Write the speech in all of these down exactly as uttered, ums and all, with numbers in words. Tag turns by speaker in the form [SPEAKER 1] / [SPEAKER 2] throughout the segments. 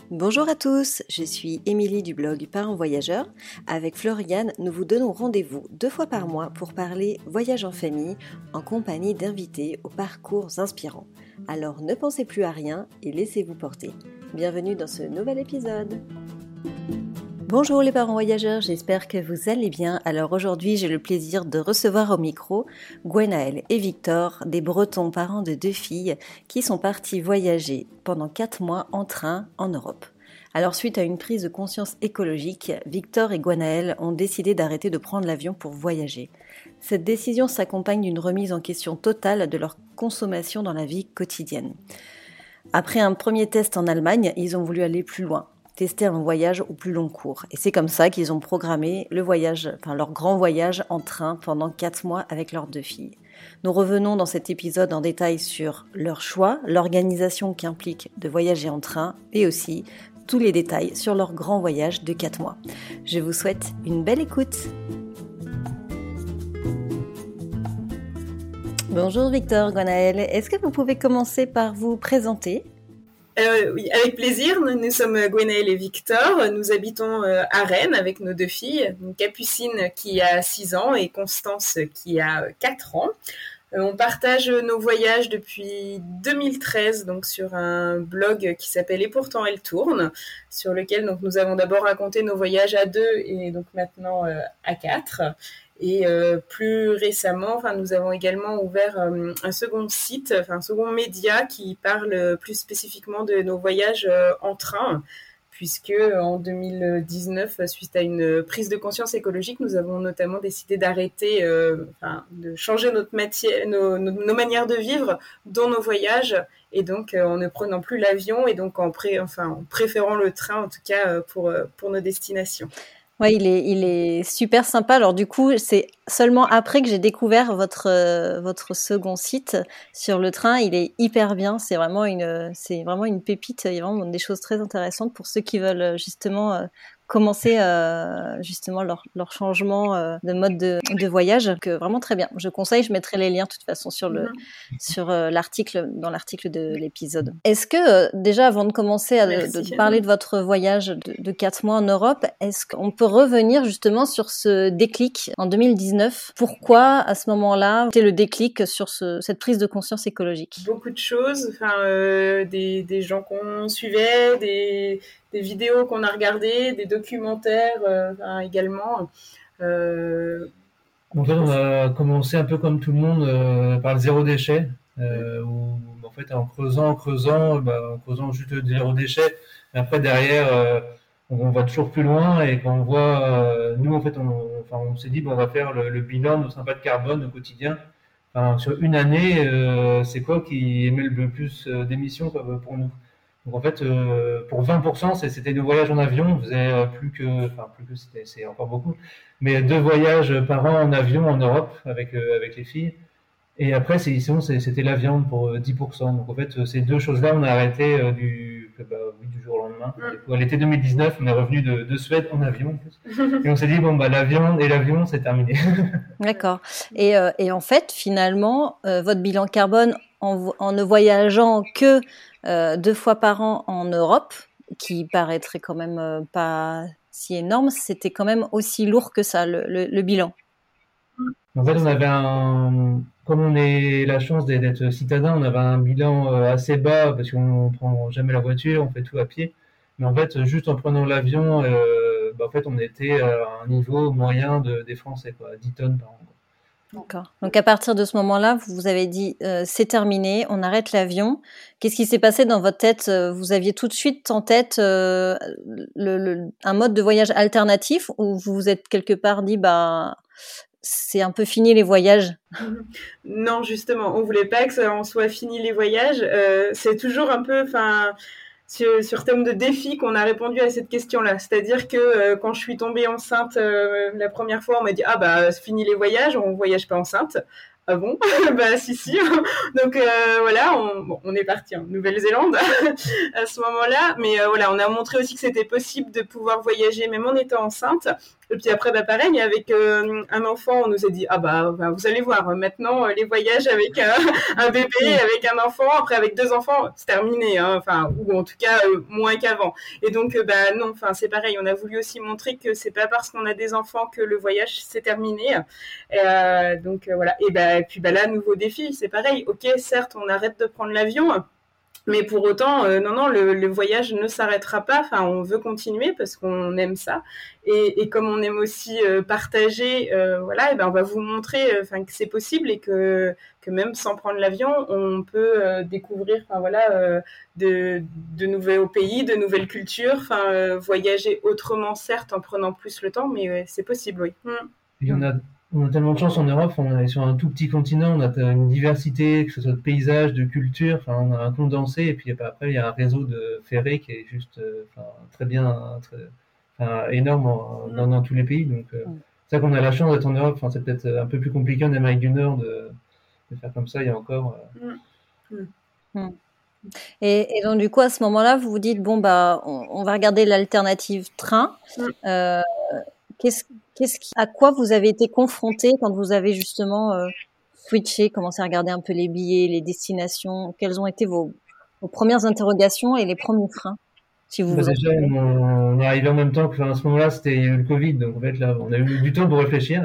[SPEAKER 1] Bonjour à tous, je suis Émilie du blog Parents Voyageurs. Avec Floriane, nous vous donnons rendez-vous deux fois par mois pour parler voyage en famille en compagnie d'invités aux parcours inspirants. Alors ne pensez plus à rien et laissez-vous porter. Bienvenue dans ce nouvel épisode. Bonjour les parents voyageurs, j'espère que vous allez bien. Alors aujourd'hui, j'ai le plaisir de recevoir au micro Gwenaëlle et Victor, des Bretons parents de deux filles qui sont partis voyager pendant quatre mois en train en Europe. Alors suite à une prise de conscience écologique, Victor et Gwenaëlle ont décidé d'arrêter de prendre l'avion pour voyager. Cette décision s'accompagne d'une remise en question totale de leur consommation dans la vie quotidienne. Après un premier test en Allemagne, ils ont voulu aller plus loin. Tester un voyage au plus long cours. Et c'est comme ça qu'ils ont programmé le voyage, enfin leur grand voyage en train pendant quatre mois avec leurs deux filles. Nous revenons dans cet épisode en détail sur leur choix, l'organisation qui implique de voyager en train et aussi tous les détails sur leur grand voyage de quatre mois. Je vous souhaite une belle écoute. Bonjour Victor, Gwenaëlle, est-ce que vous pouvez commencer par vous présenter ?
[SPEAKER 2] Euh, oui, avec plaisir. Nous, nous sommes Gwenaëlle et Victor. Nous habitons euh, à Rennes avec nos deux filles, Capucine qui a six ans et Constance qui a quatre ans. Euh, on partage nos voyages depuis deux mille treize, donc sur un blog qui s'appelle Et pourtant elle tourne, sur lequel donc nous avons d'abord raconté nos voyages à deux et donc maintenant euh, à quatre. Et euh, plus récemment, enfin, nous avons également ouvert euh, un second site, enfin, un second média qui parle plus spécifiquement de nos voyages euh, en train, puisque en deux mille dix-neuf, suite à une prise de conscience écologique, nous avons notamment décidé d'arrêter, euh, enfin, de changer notre matière, nos, nos, nos manières de vivre dans nos voyages, et donc euh, en ne prenant plus l'avion et donc en, pré, enfin, en préférant le train, en tout cas pour, pour nos destinations.
[SPEAKER 1] Ouais, il est, il est super sympa. Alors du coup, c'est seulement après que j'ai découvert votre euh, votre second site sur le train. Il est hyper bien. C'est vraiment une, c'est vraiment une pépite. Il y a vraiment des choses très intéressantes pour ceux qui veulent justement euh, commencer euh, justement leur leur changement euh, de mode de, de voyage. Que vraiment très bien. Je conseille. Je mettrai les liens de toute façon sur le mm-hmm. sur euh, l'article dans l'article de l'épisode. Est-ce que euh, déjà avant de commencer à de, de parler de votre voyage de, de quatre mois en Europe, est-ce qu'on peut revenir justement sur ce déclic en deux mille dix-neuf. Pourquoi, à ce moment-là, c'était le déclic sur ce, cette prise de conscience écologique ?
[SPEAKER 2] Beaucoup de choses, enfin, euh, des, des gens qu'on suivait, des, des vidéos qu'on a regardées, des documentaires euh, enfin, également. Euh...
[SPEAKER 3] En fait, on a commencé un peu comme tout le monde euh, par le zéro déchet, euh, où en fait, en creusant, en creusant, bah, en creusant juste le zéro déchet, et après derrière... Euh, on va toujours plus loin et quand on voit, euh, nous en fait, on, enfin, on s'est dit bon, on va faire le, le bilan de nos impacts carbone au quotidien. Enfin, sur une année, euh, c'est quoi qui émet le plus d'émissions quoi, pour nous. Donc en fait, euh, pour vingt pour cent, c'était nos voyages en avion. On faisait plus que, enfin plus que, c'était, c'est encore beaucoup, mais deux voyages par an en avion en Europe avec euh, avec les filles. Et après, c'est, sinon, c'était la viande pour dix pour cent. Donc en fait, ces deux choses-là, on a arrêté euh, du Bah, oui, du jour au lendemain. Mm. À l'été deux mille dix-neuf, on est revenu de, de Suède en avion. En plus. Et on s'est dit, bon, bah, la viande et l'avion, c'est terminé.
[SPEAKER 1] D'accord. Et, euh, et en fait, finalement, euh, votre bilan carbone en, en ne voyageant que euh, deux fois par an en Europe, qui paraîtrait quand même euh, pas si énorme, c'était quand même aussi lourd que ça, le, le, le bilan.
[SPEAKER 3] En fait, on avait un, comme on a la chance d'être citadin, on avait un bilan assez bas parce qu'on prend jamais la voiture, on fait tout à pied. Mais en fait, juste en prenant l'avion, euh, bah, en fait, on était à un niveau moyen de, des Français, quoi, dix tonnes par an.
[SPEAKER 1] D'accord. Donc à partir de ce moment-là, vous vous avez dit euh, c'est terminé, on arrête l'avion. Qu'est-ce qui s'est passé dans votre tête ? Vous aviez tout de suite en tête euh, le, le, un mode de voyage alternatif ou vous vous êtes quelque part dit bah c'est un peu fini les voyages ?
[SPEAKER 2] Non, justement, on voulait pas que ça en soit fini les voyages. Euh, c'est toujours un peu, enfin, sur, sur thème de défi qu'on a répondu à cette question-là. C'est-à-dire que euh, quand je suis tombée enceinte euh, la première fois, on m'a dit ah bah c'est fini les voyages, on voyage pas enceinte. Ah bon ? Bah si si. Donc euh, voilà, on, bon, on est parti en Nouvelle-Zélande à ce moment-là, mais euh, voilà, on a montré aussi que c'était possible de pouvoir voyager même en étant enceinte. Et puis après, bah, pareil, avec euh, un enfant, on nous a dit, ah bah, bah vous allez voir, maintenant, les voyages avec un, un bébé, avec un enfant, après avec deux enfants, c'est terminé, hein, enfin, ou en tout cas, euh, moins qu'avant. Et donc, euh, bah non, enfin, c'est pareil, on a voulu aussi montrer que c'est pas parce qu'on a des enfants que le voyage, c'est terminé. Euh, donc, euh, voilà. Et, bah, et puis, bah là, nouveau défi, c'est pareil. Ok, certes, on arrête de prendre l'avion, mais pour autant, euh, non, non, le, le voyage ne s'arrêtera pas. Enfin, on veut continuer parce qu'on aime ça. Et, et comme on aime aussi euh, partager, euh, voilà, et ben on va vous montrer, enfin, que c'est possible et que que même sans prendre l'avion, on peut euh, découvrir, enfin voilà, euh, de de nouveaux pays, de nouvelles cultures, enfin, euh, voyager autrement, certes, en prenant plus le temps, mais ouais, c'est possible, oui. Mm.
[SPEAKER 3] Il y en a, on a tellement de chance en Europe, on est sur un tout petit continent, on a une diversité, que ce soit de paysages, de culture, enfin, on a un condensé, et puis après, il y a un réseau de ferrés qui est juste enfin, très bien, très, enfin, énorme en, dans, dans tous les pays. Donc, euh, c'est ça qu'on a la chance d'être en Europe. Enfin, c'est peut-être un peu plus compliqué en Amérique du Nord de, de faire comme ça, il y a encore. Euh...
[SPEAKER 1] Mm. Mm. Et, et donc, du coup, à ce moment-là, vous vous dites, bon, bah, on, on va regarder l'alternative train. Mm. Euh, qu'est-ce Qu'est-ce qui, à quoi vous avez été confronté quand vous avez justement euh, switché, commencé à regarder un peu les billets, les destinations? Quelles ont été vos, vos premières interrogations et les premiers freins, si vous
[SPEAKER 3] bah
[SPEAKER 1] vous
[SPEAKER 3] déjà, on, on est arrivé en même temps que, enfin, à ce moment-là, c'était le Covid, donc en fait là, on a eu du temps pour réfléchir.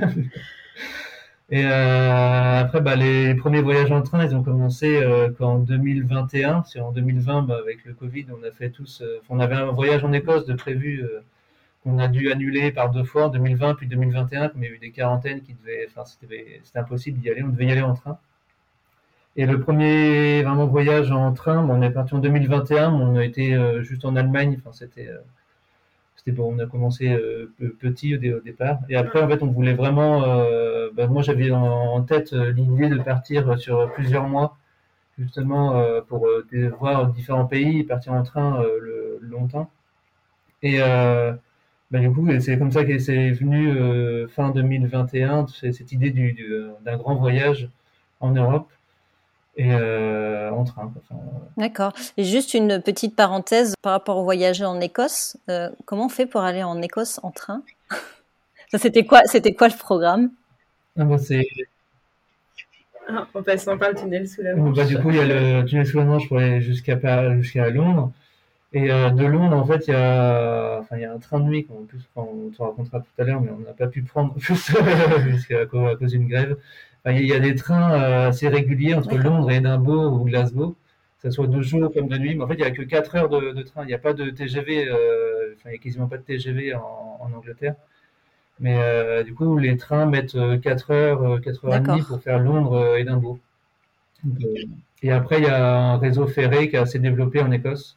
[SPEAKER 3] Et euh, après, bah, les premiers voyages en train, ils ont commencé euh, qu'en deux mille vingt et un. C'est en deux mille vingt, bah, avec le Covid, on a fait tous. Euh, on avait un voyage en Écosse de prévu. Euh, On a dû annuler par deux fois, en deux mille vingt puis deux mille vingt et un, comme il y a eu des quarantaines qui devaient, enfin, c'était, c'était impossible d'y aller, on devait y aller en train. Et le premier vraiment voyage en train, bon, on est parti en deux mille vingt et un, mais on a été euh, juste en Allemagne, enfin, c'était, euh, c'était bon, on a commencé euh, petit au, dé- au départ. Et après, en fait, on voulait vraiment, euh, ben, moi j'avais en, en tête euh, l'idée de partir sur plusieurs mois, justement, euh, pour euh, voir différents pays, partir en train euh, le, longtemps. Et euh, bah, du coup, c'est comme ça que c'est venu euh, fin deux mille vingt et un, c'est cette idée du, du, d'un grand voyage en Europe et euh, en train. Enfin, euh...
[SPEAKER 1] D'accord. Et juste une petite parenthèse par rapport au voyage en Écosse. Euh, comment on fait pour aller en Écosse en train? Ça, c'était quoi, c'était quoi le programme?
[SPEAKER 3] Ah, bah, c'est...
[SPEAKER 2] Ah, en passant par le tunnel sous la Manche.
[SPEAKER 3] Bah, du coup, il y a le tunnel sous la Manche pour aller jusqu'à, jusqu'à Londres. Et euh, de Londres, en fait, il y a, enfin, il y a un train de nuit qu'on plus, enfin, on te racontera tout à l'heure, mais on n'a pas pu prendre jusqu'à à cause, à cause d'une grève. Enfin, il y a des trains euh, assez réguliers entre D'accord. Londres et Édimbourg ou Glasgow, que ce soit de jour comme de nuit. Mais en fait, il n'y a que quatre heures de, de train. Il n'y a pas de T G V. Euh, enfin, il n'y a quasiment pas de T G V en, en Angleterre. Mais euh, du coup, les trains mettent quatre heures, quatre heures trente pour faire Londres-Édimbourg. Euh, et après, il y a un réseau ferré qui est assez développé en Écosse.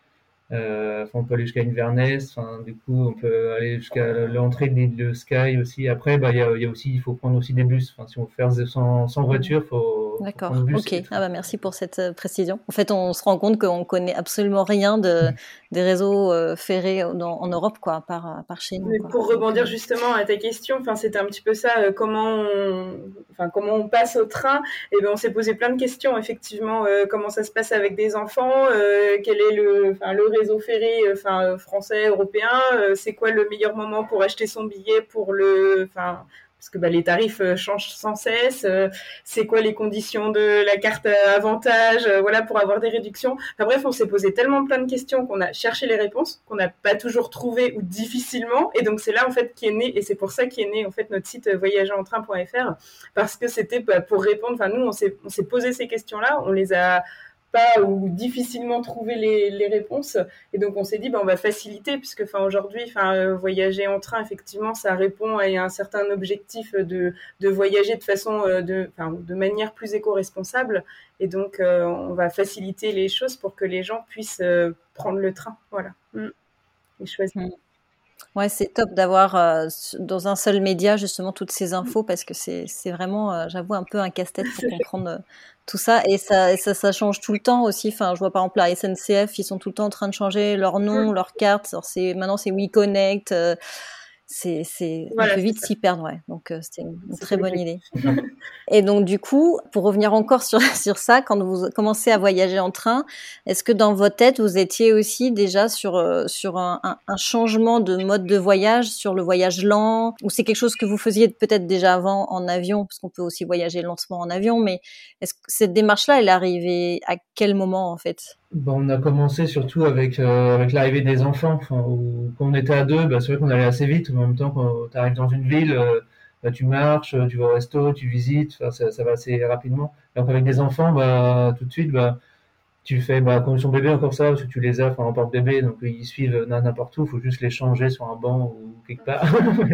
[SPEAKER 3] Euh, on peut aller jusqu'à Inverness, enfin, du coup on peut aller jusqu'à l'entrée de l'île de Skye aussi. Après, bah, il y a, y a aussi, il faut prendre aussi des bus. Enfin, si on veut faire sans, sans voiture, faut,
[SPEAKER 1] D'accord.
[SPEAKER 3] faut prendre bus.
[SPEAKER 1] Ok. Ah bah merci pour cette euh, précision. En fait, on se rend compte qu'on connaît absolument rien de des réseaux euh, ferrés dans, en Europe, quoi, par par chez nous.
[SPEAKER 2] Mais
[SPEAKER 1] quoi.
[SPEAKER 2] pour rebondir justement à ta question, enfin c'était un petit peu ça. Euh, comment, on, enfin comment on passe au train? Et ben on s'est posé plein de questions. Effectivement, euh, comment ça se passe avec des enfants? euh, Quel est le, enfin le réseau ferré, enfin français, européen? euh, C'est quoi le meilleur moment pour acheter son billet pour le, enfin parce que bah, les tarifs changent sans cesse. Euh, c'est quoi les conditions de la carte avantage, euh, voilà, pour avoir des réductions. Enfin bref, on s'est posé tellement plein de questions qu'on a cherché les réponses, qu'on n'a pas toujours trouvé ou difficilement. Et donc c'est là en fait qui est né, et c'est pour ça qu'est né en fait notre site voyager en train point f r, parce que c'était bah, pour répondre. Enfin nous, on s'est, on s'est posé ces questions-là, on les a pas ou difficilement trouver les, les réponses, et donc on s'est dit bah, on va faciliter, puisque enfin aujourd'hui enfin euh, voyager en train, effectivement ça répond à un certain objectif de de voyager de façon euh, de enfin de manière plus éco-responsable, et donc euh, on va faciliter les choses pour que les gens puissent euh, prendre le train, voilà, mmh. et choisir. Mmh.
[SPEAKER 1] Ouais, c'est top d'avoir euh, dans un seul média justement toutes ces infos, parce que c'est c'est vraiment, euh, j'avoue, un peu un casse-tête pour comprendre euh, tout ça, et ça, ça ça change tout le temps aussi. Enfin, je vois par exemple la S N C F, ils sont tout le temps en train de changer leur nom, leur carte. Alors c'est maintenant c'est WeConnect. Euh, c'est, c'est,
[SPEAKER 2] Voilà,
[SPEAKER 1] on peut
[SPEAKER 2] c'est
[SPEAKER 1] vite
[SPEAKER 2] ça.
[SPEAKER 1] s'y perdre, ouais. Donc, euh, c'était une, une
[SPEAKER 2] C'est
[SPEAKER 1] très
[SPEAKER 2] ça
[SPEAKER 1] bonne
[SPEAKER 2] l'objectif.
[SPEAKER 1] idée. Et donc, du coup, pour revenir encore sur, sur ça, quand vous commencez à voyager en train, est-ce que dans votre tête, vous étiez aussi déjà sur, euh, sur un, un, un changement de mode de voyage, sur le voyage lent, ou c'est quelque chose que vous faisiez peut-être déjà avant en avion, parce qu'on peut aussi voyager lentement en avion, mais est-ce que cette démarche-là, elle est arrivée à quel moment, en fait?
[SPEAKER 3] Bon, on a commencé surtout avec, euh, avec l'arrivée des enfants. Enfin, où, quand on était à deux, bah, c'est vrai qu'on allait assez vite. En même temps, quand tu arrives dans une ville, euh, bah, tu marches, tu vas au resto, tu visites, enfin, ça, ça va assez rapidement. Donc avec des enfants, bah, tout de suite, bah, tu fais, bah, quand ils sont bébés encore ça, parce que tu les as, enfin, en porte-bébé, donc ils suivent n'importe où, il faut juste les changer sur un banc ou quelque part.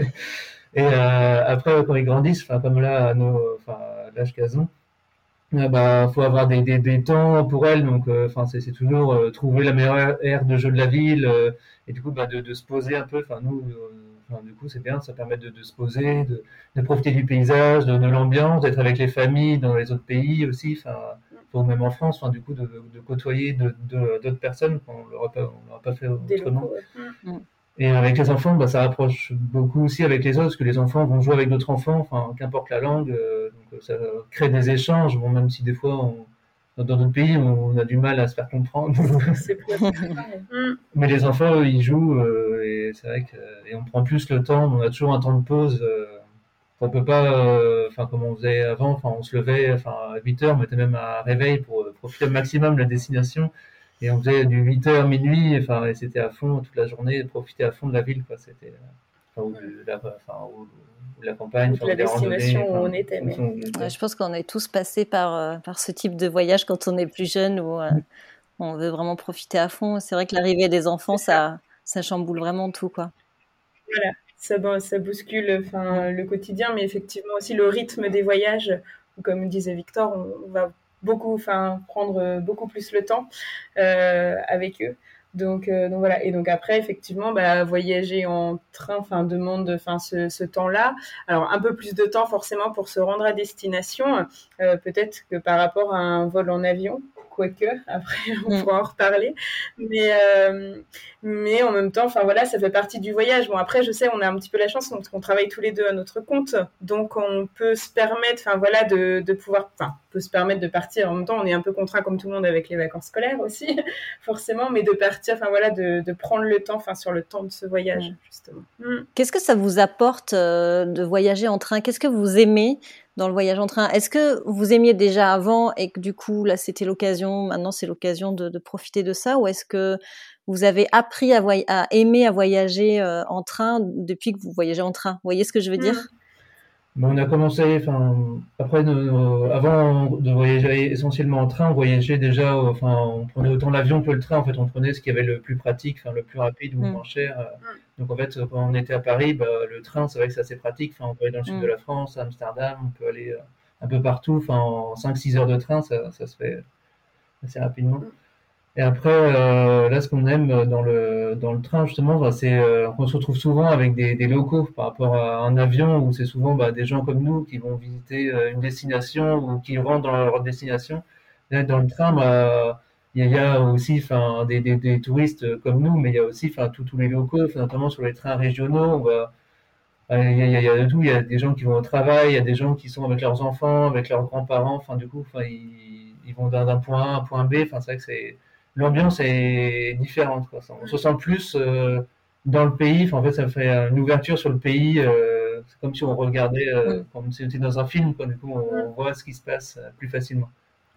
[SPEAKER 3] Et euh, après, quand ils grandissent, enfin, comme là, à nos, enfin, à l'âge qu'elles ont, ah bah, faut avoir des, des, des temps pour elles, donc euh, enfin c'est c'est toujours euh, trouver la meilleure aire de jeu de la ville euh, et du coup bah, de, de se poser un peu. Enfin nous, euh, enfin, du coup c'est bien, ça permet de, de se poser, de, de profiter du paysage, de, de l'ambiance, d'être avec les familles dans les autres pays aussi. Enfin, ou même en France, enfin du coup de, de côtoyer de- de- d'autres personnes qu'on l'aurait pas, on l'aurait pas fait
[SPEAKER 2] Des
[SPEAKER 3] autrement.
[SPEAKER 2] locaux, ouais.
[SPEAKER 1] Mm.
[SPEAKER 3] Et avec les enfants, bah, ça rapproche beaucoup aussi avec les autres, parce que les enfants vont jouer avec d'autres enfants, enfin, qu'importe la langue, euh, donc ça crée des échanges, bon, même si des fois, on, dans d'autres pays, on a du mal à se faire comprendre.
[SPEAKER 2] C'est plus certain, ouais. Mm.
[SPEAKER 3] Mais les enfants, eux, ils jouent, euh, et c'est vrai que, et on prend plus le temps, on a toujours un temps de pause, euh, on peut pas, euh, enfin, comme on faisait avant, enfin, on se levait, enfin, à huit heures, on mettait même un réveil pour euh, profiter au maximum de la destination. Et on faisait du huit heures minuit, enfin, et c'était à fond toute la journée, profiter à fond de la ville, quoi. C'était, enfin, ou de la, enfin, ou, ou de la campagne,
[SPEAKER 2] Ou de
[SPEAKER 3] faire
[SPEAKER 2] la
[SPEAKER 3] des randonnées,
[SPEAKER 2] destination où
[SPEAKER 3] enfin,
[SPEAKER 2] on était,
[SPEAKER 3] en
[SPEAKER 2] mais
[SPEAKER 3] fonction où on était.
[SPEAKER 1] Ouais, je pense qu'on est tous passés par, euh, par ce type de voyage quand on est plus jeune, où euh, on veut vraiment profiter à fond. C'est vrai que l'arrivée des enfants,
[SPEAKER 2] c'est ça.
[SPEAKER 1] ça, ça chamboule vraiment tout, quoi.
[SPEAKER 2] Voilà, ça, ben, ça bouscule enfin,
[SPEAKER 1] Mm.
[SPEAKER 2] le quotidien, mais effectivement aussi le rythme des voyages, où, comme disait Victor, on, on va beaucoup, enfin, prendre beaucoup plus le temps euh, avec eux. Donc, euh, donc voilà. Et donc après, effectivement, bah, voyager en train, enfin, demande, enfin, ce, ce temps-là. Alors un peu plus de temps forcément pour se rendre à destination, euh, peut-être que par rapport à un vol en avion. Quoique, après on
[SPEAKER 1] Mm.
[SPEAKER 2] pourra en reparler, mais euh, mais en même temps, enfin voilà, ça fait partie du voyage. Bon après, je sais, on a un petit peu la chance parce qu'on travaille tous les deux à notre compte, donc on peut se permettre, enfin voilà, de, de pouvoir, enfin, on peut se permettre de partir. En même temps, on est un peu contraint comme tout le monde avec les vacances scolaires aussi, forcément, mais de partir, enfin voilà, de, de prendre le temps, enfin sur le temps de ce voyage
[SPEAKER 1] Mm.
[SPEAKER 2] justement. Mm.
[SPEAKER 1] Qu'est-ce que ça vous apporte euh, de voyager en train? Qu'est-ce que vous aimez dans le voyage en train? Est-ce que vous aimiez déjà avant et que du coup, là, c'était l'occasion, maintenant c'est l'occasion de, de profiter de ça? Ou est-ce que vous avez appris à, voy- à aimer à voyager euh, en train depuis que vous voyagez en train? Vous voyez ce que je veux dire?
[SPEAKER 2] Mm.
[SPEAKER 3] Mais on a commencé, enfin, après, nos- avant de voyager essentiellement en train, on voyageait déjà, euh, enfin, on prenait autant l'avion que le train. En fait, on prenait ce qui avait le plus pratique, enfin, le plus rapide ou le
[SPEAKER 1] Mm.
[SPEAKER 3] moins cher. euh.
[SPEAKER 2] Mm.
[SPEAKER 3] Donc, en fait, quand on était à Paris, bah, le train, c'est vrai que c'est assez pratique. Enfin, on peut aller dans le sud de
[SPEAKER 1] Mm.
[SPEAKER 3] la France, à Amsterdam, on peut aller euh, un peu partout. Enfin, en cinq six heures de train, ça, ça se fait assez rapidement.
[SPEAKER 2] Mm.
[SPEAKER 3] Et après, euh, là, ce qu'on aime dans le, dans le train, justement, bah, c'est euh, qu'on se retrouve souvent avec des, des locaux par rapport à un avion où c'est souvent bah, des gens comme nous qui vont visiter euh, une destination ou qui rentrent dans leur destination. Là, dans le train, bah, il y, a il y a aussi enfin, des, des, des touristes comme nous, mais il y a aussi enfin, tous tous les locaux, enfin, notamment sur les trains régionaux. On va, euh, il y a, il y a- il y a de tout. Il y a des gens qui vont au travail, il y a des gens qui sont avec leurs enfants, avec leurs grands-parents. Enfin, du coup, enfin, ils, ils vont d'un d'un point A à un point B. Enfin, c'est vrai que c'est l'ambiance est différente, quoi. Ça, on se sent plus euh, dans le pays. Enfin, en fait, ça fait une ouverture sur le pays. Euh, c'est comme si on regardait, euh,
[SPEAKER 1] Mm.
[SPEAKER 3] comme si on était dans un film, quoi. Du coup, on,
[SPEAKER 2] Mm.
[SPEAKER 3] on voit ce qui se passe euh, plus facilement.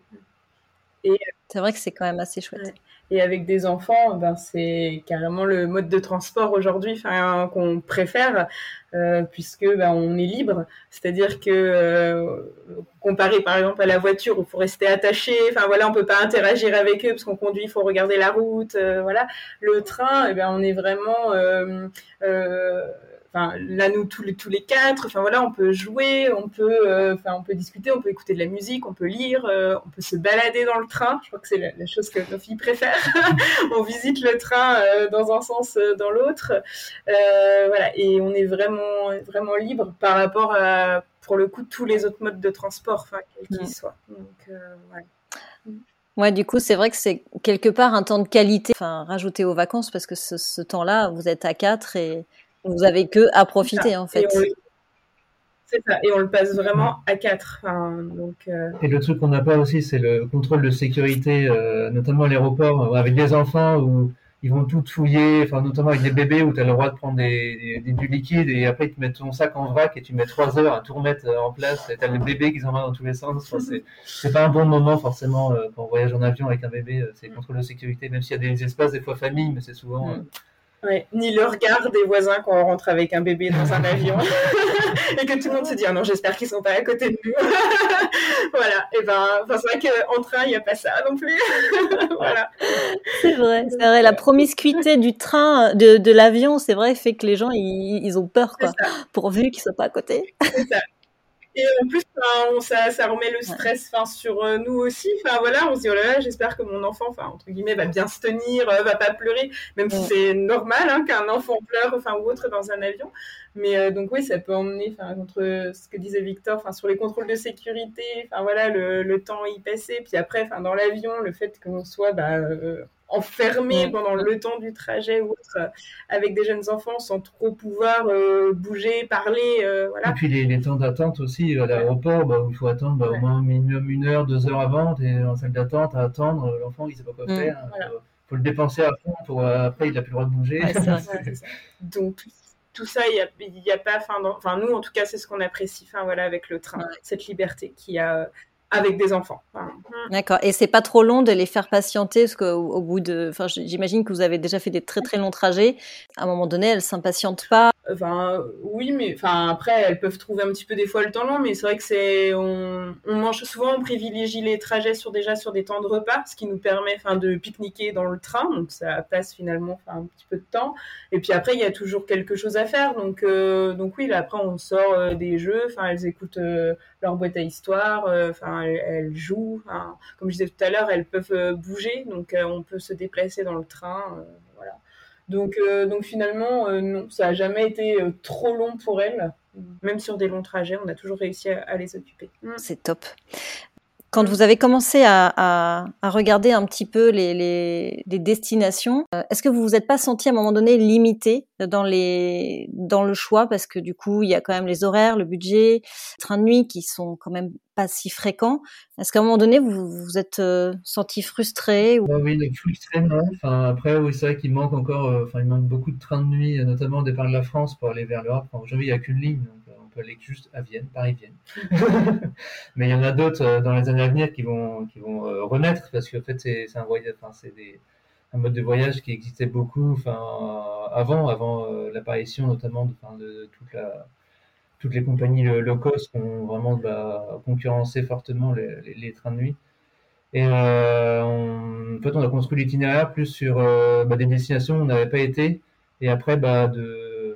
[SPEAKER 2] Et
[SPEAKER 1] C'est vrai que c'est quand même assez chouette.
[SPEAKER 2] ouais. Et avec des enfants, ben c'est carrément le mode de transport aujourd'hui, enfin qu'on préfère, euh, puisque ben on est libre. C'est-à-dire que euh, comparé par exemple à la voiture où il faut rester attaché, enfin voilà, on peut pas interagir avec eux parce qu'on conduit, il faut regarder la route, euh, voilà. Le train, eh ben on est vraiment euh, euh, Enfin, là, nous, tous les, tous les quatre, enfin voilà, on peut jouer, on peut, euh, enfin, on peut discuter, on peut écouter de la musique, on peut lire, euh, on peut se balader dans le train. Je crois que c'est la, la chose que nos filles préfèrent. On visite le train euh, dans un sens, euh, dans l'autre. Euh, voilà, et on est vraiment, vraiment libre par rapport à, pour le coup, tous les autres modes de transport, enfin, quels qu'ils
[SPEAKER 1] Mm.
[SPEAKER 2] soient. Donc, euh, ouais.
[SPEAKER 1] Ouais, du coup, c'est vrai que c'est quelque part un temps de qualité, enfin, rajouté aux vacances parce que ce, ce temps-là, vous êtes à quatre et Vous avez que à profiter, en fait.
[SPEAKER 2] Et on, c'est ça, et on le passe vraiment à quatre. Enfin, donc, euh...
[SPEAKER 3] Et le truc qu'on n'a pas aussi, c'est le contrôle de sécurité, euh, notamment à l'aéroport, avec des enfants où ils vont tout fouiller, enfin, notamment avec des bébés où tu as le droit de prendre des, des, du liquide et après ils te mettent ton sac en vrac et tu mets trois heures à tout remettre en place et tu as le bébé qui s'en va dans tous les sens. Enfin, c'est, c'est pas un bon moment forcément euh, quand on voyage en avion avec un bébé, c'est le contrôle de sécurité, même s'il y a des espaces, des fois famille, mais c'est souvent...
[SPEAKER 2] Mm. Euh, Ouais, ni le regard des voisins quand on rentre avec un bébé dans un avion et que tout le monde se dit ah non, j'espère qu'ils sont pas à côté de nous. Voilà, et ben c'est vrai qu'en train il n'y a pas ça non plus. Voilà.
[SPEAKER 1] C'est vrai, c'est vrai, la promiscuité du train, de, de l'avion, c'est vrai, fait que les gens ils, ils ont peur quoi, pourvu qu'ils soient pas à côté.
[SPEAKER 2] C'est ça. Et en plus, on, ça, ça remet le stress ouais. sur euh, nous aussi. Enfin voilà, on se dit oh là là, j'espère que mon enfant, enfin entre guillemets, va bien se tenir, euh, va pas pleurer, même ouais. si c'est normal hein, qu'un enfant pleure, enfin ou autre dans un avion. Mais euh, donc oui, ça peut emmener, enfin contre ce que disait Victor, enfin sur les contrôles de sécurité, enfin voilà, le, le temps y passer, puis après, enfin dans l'avion, le fait qu'on soit bah, euh, enfermé mmh. pendant le temps du trajet ou autre, euh, avec des jeunes enfants sans trop pouvoir euh, bouger, parler, euh, voilà.
[SPEAKER 3] Et puis les, les temps d'attente aussi à l'aéroport, bah, où il faut attendre bah, ouais. au moins minimum une heure, deux heures avant, t'es en salle d'attente à attendre, l'enfant il sait pas quoi mmh. faire, voilà. faut, faut le dépenser à fond, pour, euh, après il a plus le droit de bouger.
[SPEAKER 1] Ouais, c'est vrai.
[SPEAKER 2] c'est ça. Donc tout ça, il n'y a, a pas, enfin nous en tout cas c'est ce qu'on apprécie, enfin voilà avec le train, ouais. cette liberté qu'il y a avec des enfants. Enfin,
[SPEAKER 1] D'accord. Et c'est pas trop long de les faire patienter parce qu'au au bout de, enfin, j'imagine que vous avez déjà fait des très très longs trajets. À un moment donné, elles s'impatientent pas.
[SPEAKER 2] Enfin, oui, mais enfin après, elles peuvent trouver un petit peu des fois le temps long, mais c'est vrai que c'est, on, on mange souvent, on privilégie les trajets sur déjà sur des temps de repas, ce qui nous permet, enfin, de pique-niquer dans le train, donc ça passe finalement, enfin, un petit peu de temps. Et puis après, il y a toujours quelque chose à faire, donc euh, donc oui, là après on sort euh, des jeux, enfin, elles écoutent euh, leur boîte à histoire, enfin, euh, elles, elles jouent, hein. Comme je disais tout à l'heure, elles peuvent euh, bouger, donc euh, on peut se déplacer dans le train, euh, voilà. Donc, euh, donc finalement, euh, non, ça n'a jamais été euh, trop long pour elles. Même sur des longs trajets, on a toujours réussi à, à les occuper.
[SPEAKER 1] C'est top. Quand vous avez commencé à, à, à regarder un petit peu les, les, les destinations, euh, est-ce que vous vous êtes pas senti à un moment donné limité dans, les, dans le choix parce que du coup, il y a quand même les horaires, le budget, les trains de nuit qui sont quand même pas si fréquents. Est-ce qu'à un moment donné, vous vous êtes euh, senti frustré ou...
[SPEAKER 3] bah oui, frustré, non. Enfin, après, oui, c'est vrai qu'il manque encore, euh, enfin, il manque beaucoup de trains de nuit, notamment au départ de la France pour aller vers l'Europe. Enfin, aujourd'hui, il n'y a qu'une ligne, donc on peut aller juste à Vienne, Paris-Vienne. Mais il y en a d'autres euh, dans les années à venir qui vont, qui vont euh, renaître parce qu'en fait, c'est, c'est un voyage, enfin, c'est des, un mode de voyage qui existait beaucoup, enfin, avant, avant euh, l'apparition notamment de, enfin, de toute la, toutes les compagnies low cost qui ont vraiment bah, concurrencé fortement les, les, les trains de nuit. Et euh, on, en fait, on a construit l'itinéraire plus sur euh, bah, des destinations où on n'avait pas été, et après, bah, de,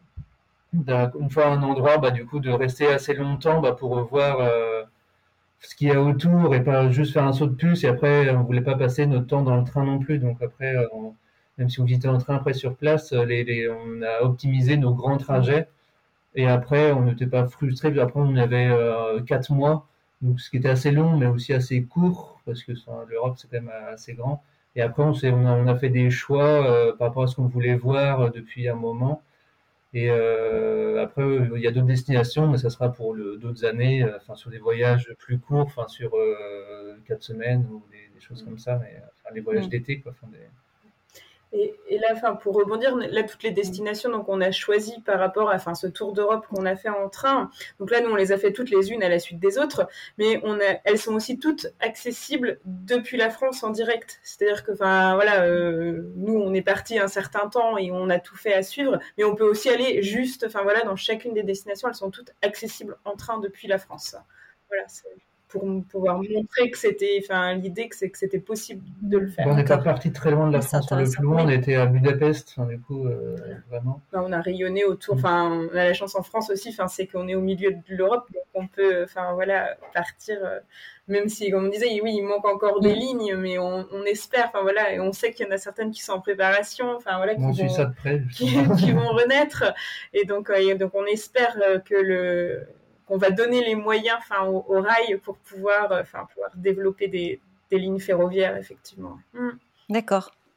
[SPEAKER 3] une fois à un endroit, bah, du coup, de rester assez longtemps bah, pour voir euh, ce qu'il y a autour et pas juste faire un saut de puce. Et après, on voulait pas passer notre temps dans le train non plus. Donc après, on, même si on visitait en train après sur place, les, les, on a optimisé nos grands trajets. Et après, on n'était pas frustré. Après, on avait euh, quatre mois. Donc, ce qui était assez long, mais aussi assez court, parce que enfin, l'Europe, c'est quand même assez grand. Et après, on, s'est, on, a, on a fait des choix euh, par rapport à ce qu'on voulait voir euh, depuis un moment. Et euh, après, il y a d'autres destinations, mais ça sera pour le, d'autres années, euh, enfin, sur des voyages plus courts, enfin, sur euh, quatre semaines ou des, des choses comme ça, mais enfin, les voyages mmh. d'été, quoi. Enfin, des...
[SPEAKER 2] Et, et là, enfin, pour rebondir, là, toutes les destinations donc, on a choisi par rapport à enfin, ce tour d'Europe qu'on a fait en train. Donc là, nous, on les a fait toutes les unes à la suite des autres, mais on a, elles sont aussi toutes accessibles depuis la France en direct. C'est-à-dire que, enfin, voilà, euh, nous, on est partis un certain temps et on a tout fait à suivre, mais on peut aussi aller juste, enfin voilà, dans chacune des destinations, elles sont toutes accessibles en train depuis la France. Voilà, c'est... pour pouvoir montrer que c'était, enfin, l'idée que, c'est, que c'était possible de le faire.
[SPEAKER 3] On n'est pas parti très loin de la France pour le plus loin, on était à Budapest, enfin, du coup, euh, vraiment.
[SPEAKER 2] Enfin, on a rayonné autour, enfin, on a la chance en France aussi, enfin, c'est qu'on est au milieu de l'Europe, donc on peut, enfin, voilà, partir, euh, même si, comme on disait, oui, il manque encore des lignes, mais on, on espère, enfin, voilà, et on sait qu'il y en a certaines qui sont en préparation, enfin, voilà, qui,
[SPEAKER 3] on
[SPEAKER 2] vont,
[SPEAKER 3] ça de près,
[SPEAKER 2] qui, qui vont renaître, et donc, euh, donc on espère que le... qu'on va donner les moyens enfin, au, au rail pour pouvoir, enfin, pouvoir développer des, des lignes ferroviaires, effectivement. Mmh.
[SPEAKER 1] D'accord.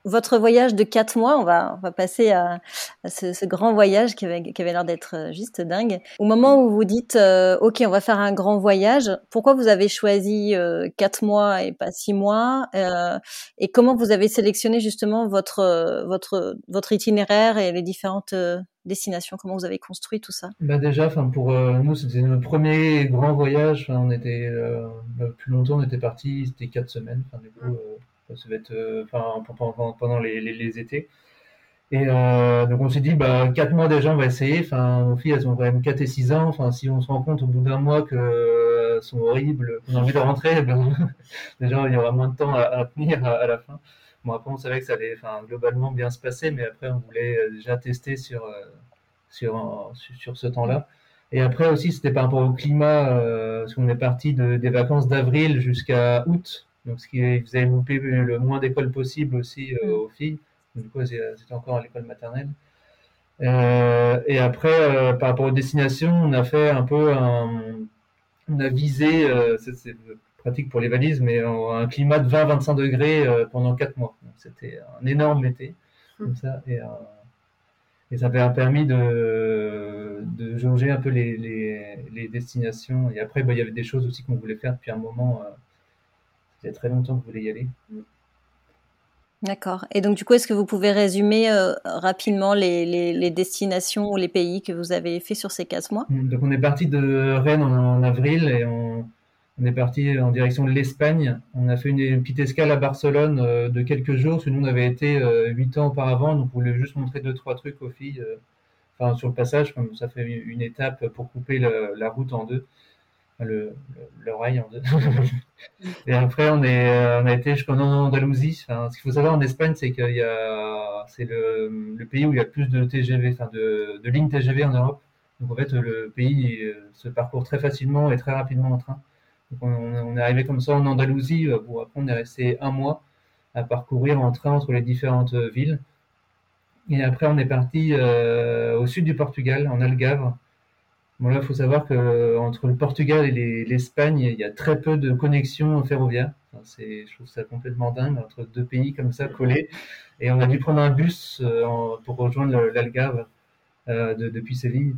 [SPEAKER 1] votre voyage de quatre mois, on va, on va passer à, à ce, ce grand voyage qui avait, qui avait l'air d'être juste dingue. Au moment où vous dites, euh, OK, on va faire un grand voyage, pourquoi vous avez choisi euh, quatre mois et pas six mois euh, et comment vous avez sélectionné justement votre, votre, votre itinéraire et les différentes euh, destinations? Comment vous avez construit tout ça?
[SPEAKER 3] Bah déjà, enfin pour euh, nous, c'était notre premier grand voyage. Enfin, on était euh, bah, plus longtemps, on était parti, c'était quatre semaines. Enfin, du coup, euh, ça devait être euh, enfin, pendant, pendant les, les, les étés. Et euh, donc on s'est dit, bah quatre mois déjà, on va essayer. Enfin, nos filles, elles ont quand même quatre et six ans. Enfin, si on se rend compte au bout d'un mois que euh, sont horribles, qu'on a envie de rentrer, ben, déjà il y aura moins de temps à, à tenir à, à la fin. Bon, après, on savait que ça allait, enfin, globalement bien se passer, mais après, on voulait euh, déjà tester sur euh, sur, sur, sur ce temps-là. Et après aussi, c'était par rapport au climat, euh, parce qu'on est parti de, des vacances d'avril jusqu'à août, donc ce qui faisait louper le moins d'écoles possible aussi euh, aux filles. Du coup, c'était encore à l'école maternelle. Euh, et après, euh, par rapport aux destinations, on a fait un peu un, on a visé, euh, c'est, c'est pratique pour les valises, mais un climat de vingt à vingt-cinq degrés euh, pendant quatre mois. Donc, c'était un énorme été, comme ça, et euh, Et ça a permis de, de jauger un peu les, les, les destinations. Et après, bah, il y avait des choses aussi qu'on voulait faire depuis un moment. Euh, il y a très longtemps qu'on voulait y aller.
[SPEAKER 1] D'accord. Et donc, du coup, est-ce que vous pouvez résumer euh, rapidement les, les, les destinations ou les pays que vous avez fait sur ces quatre mois?
[SPEAKER 3] Donc, on est parti de Rennes en, en avril et on, on est parti en direction de l'Espagne. On a fait une, une petite escale à Barcelone euh, de quelques jours, parce que nous, on avait été euh, huit ans auparavant, donc on voulait juste montrer deux, trois trucs aux filles. Euh, enfin, sur le passage, comme ça fait une étape pour couper le, la route en deux. Le, le, le rail en deux. Et après, on est, on a été jusqu'en Andalousie. Enfin, ce qu'il faut savoir en Espagne, c'est qu'il y a, c'est le, le pays où il y a le plus de T G V, enfin de, de lignes T G V en Europe. Donc en fait, le pays se parcourt très facilement et très rapidement en train. Donc on, on est arrivé comme ça en Andalousie. Bon, après, on est resté un mois à parcourir en train entre les différentes villes. Et après, on est parti euh, au sud du Portugal, en Algarve. Bon, là, il faut savoir que entre le Portugal et les, l'Espagne, il y a très peu de connexions ferroviaires. Enfin, c'est, je trouve ça complètement dingue, entre deux pays comme ça collés. Et on a dû prendre un bus euh, en, pour rejoindre l'Algarve euh, de, depuis Séville.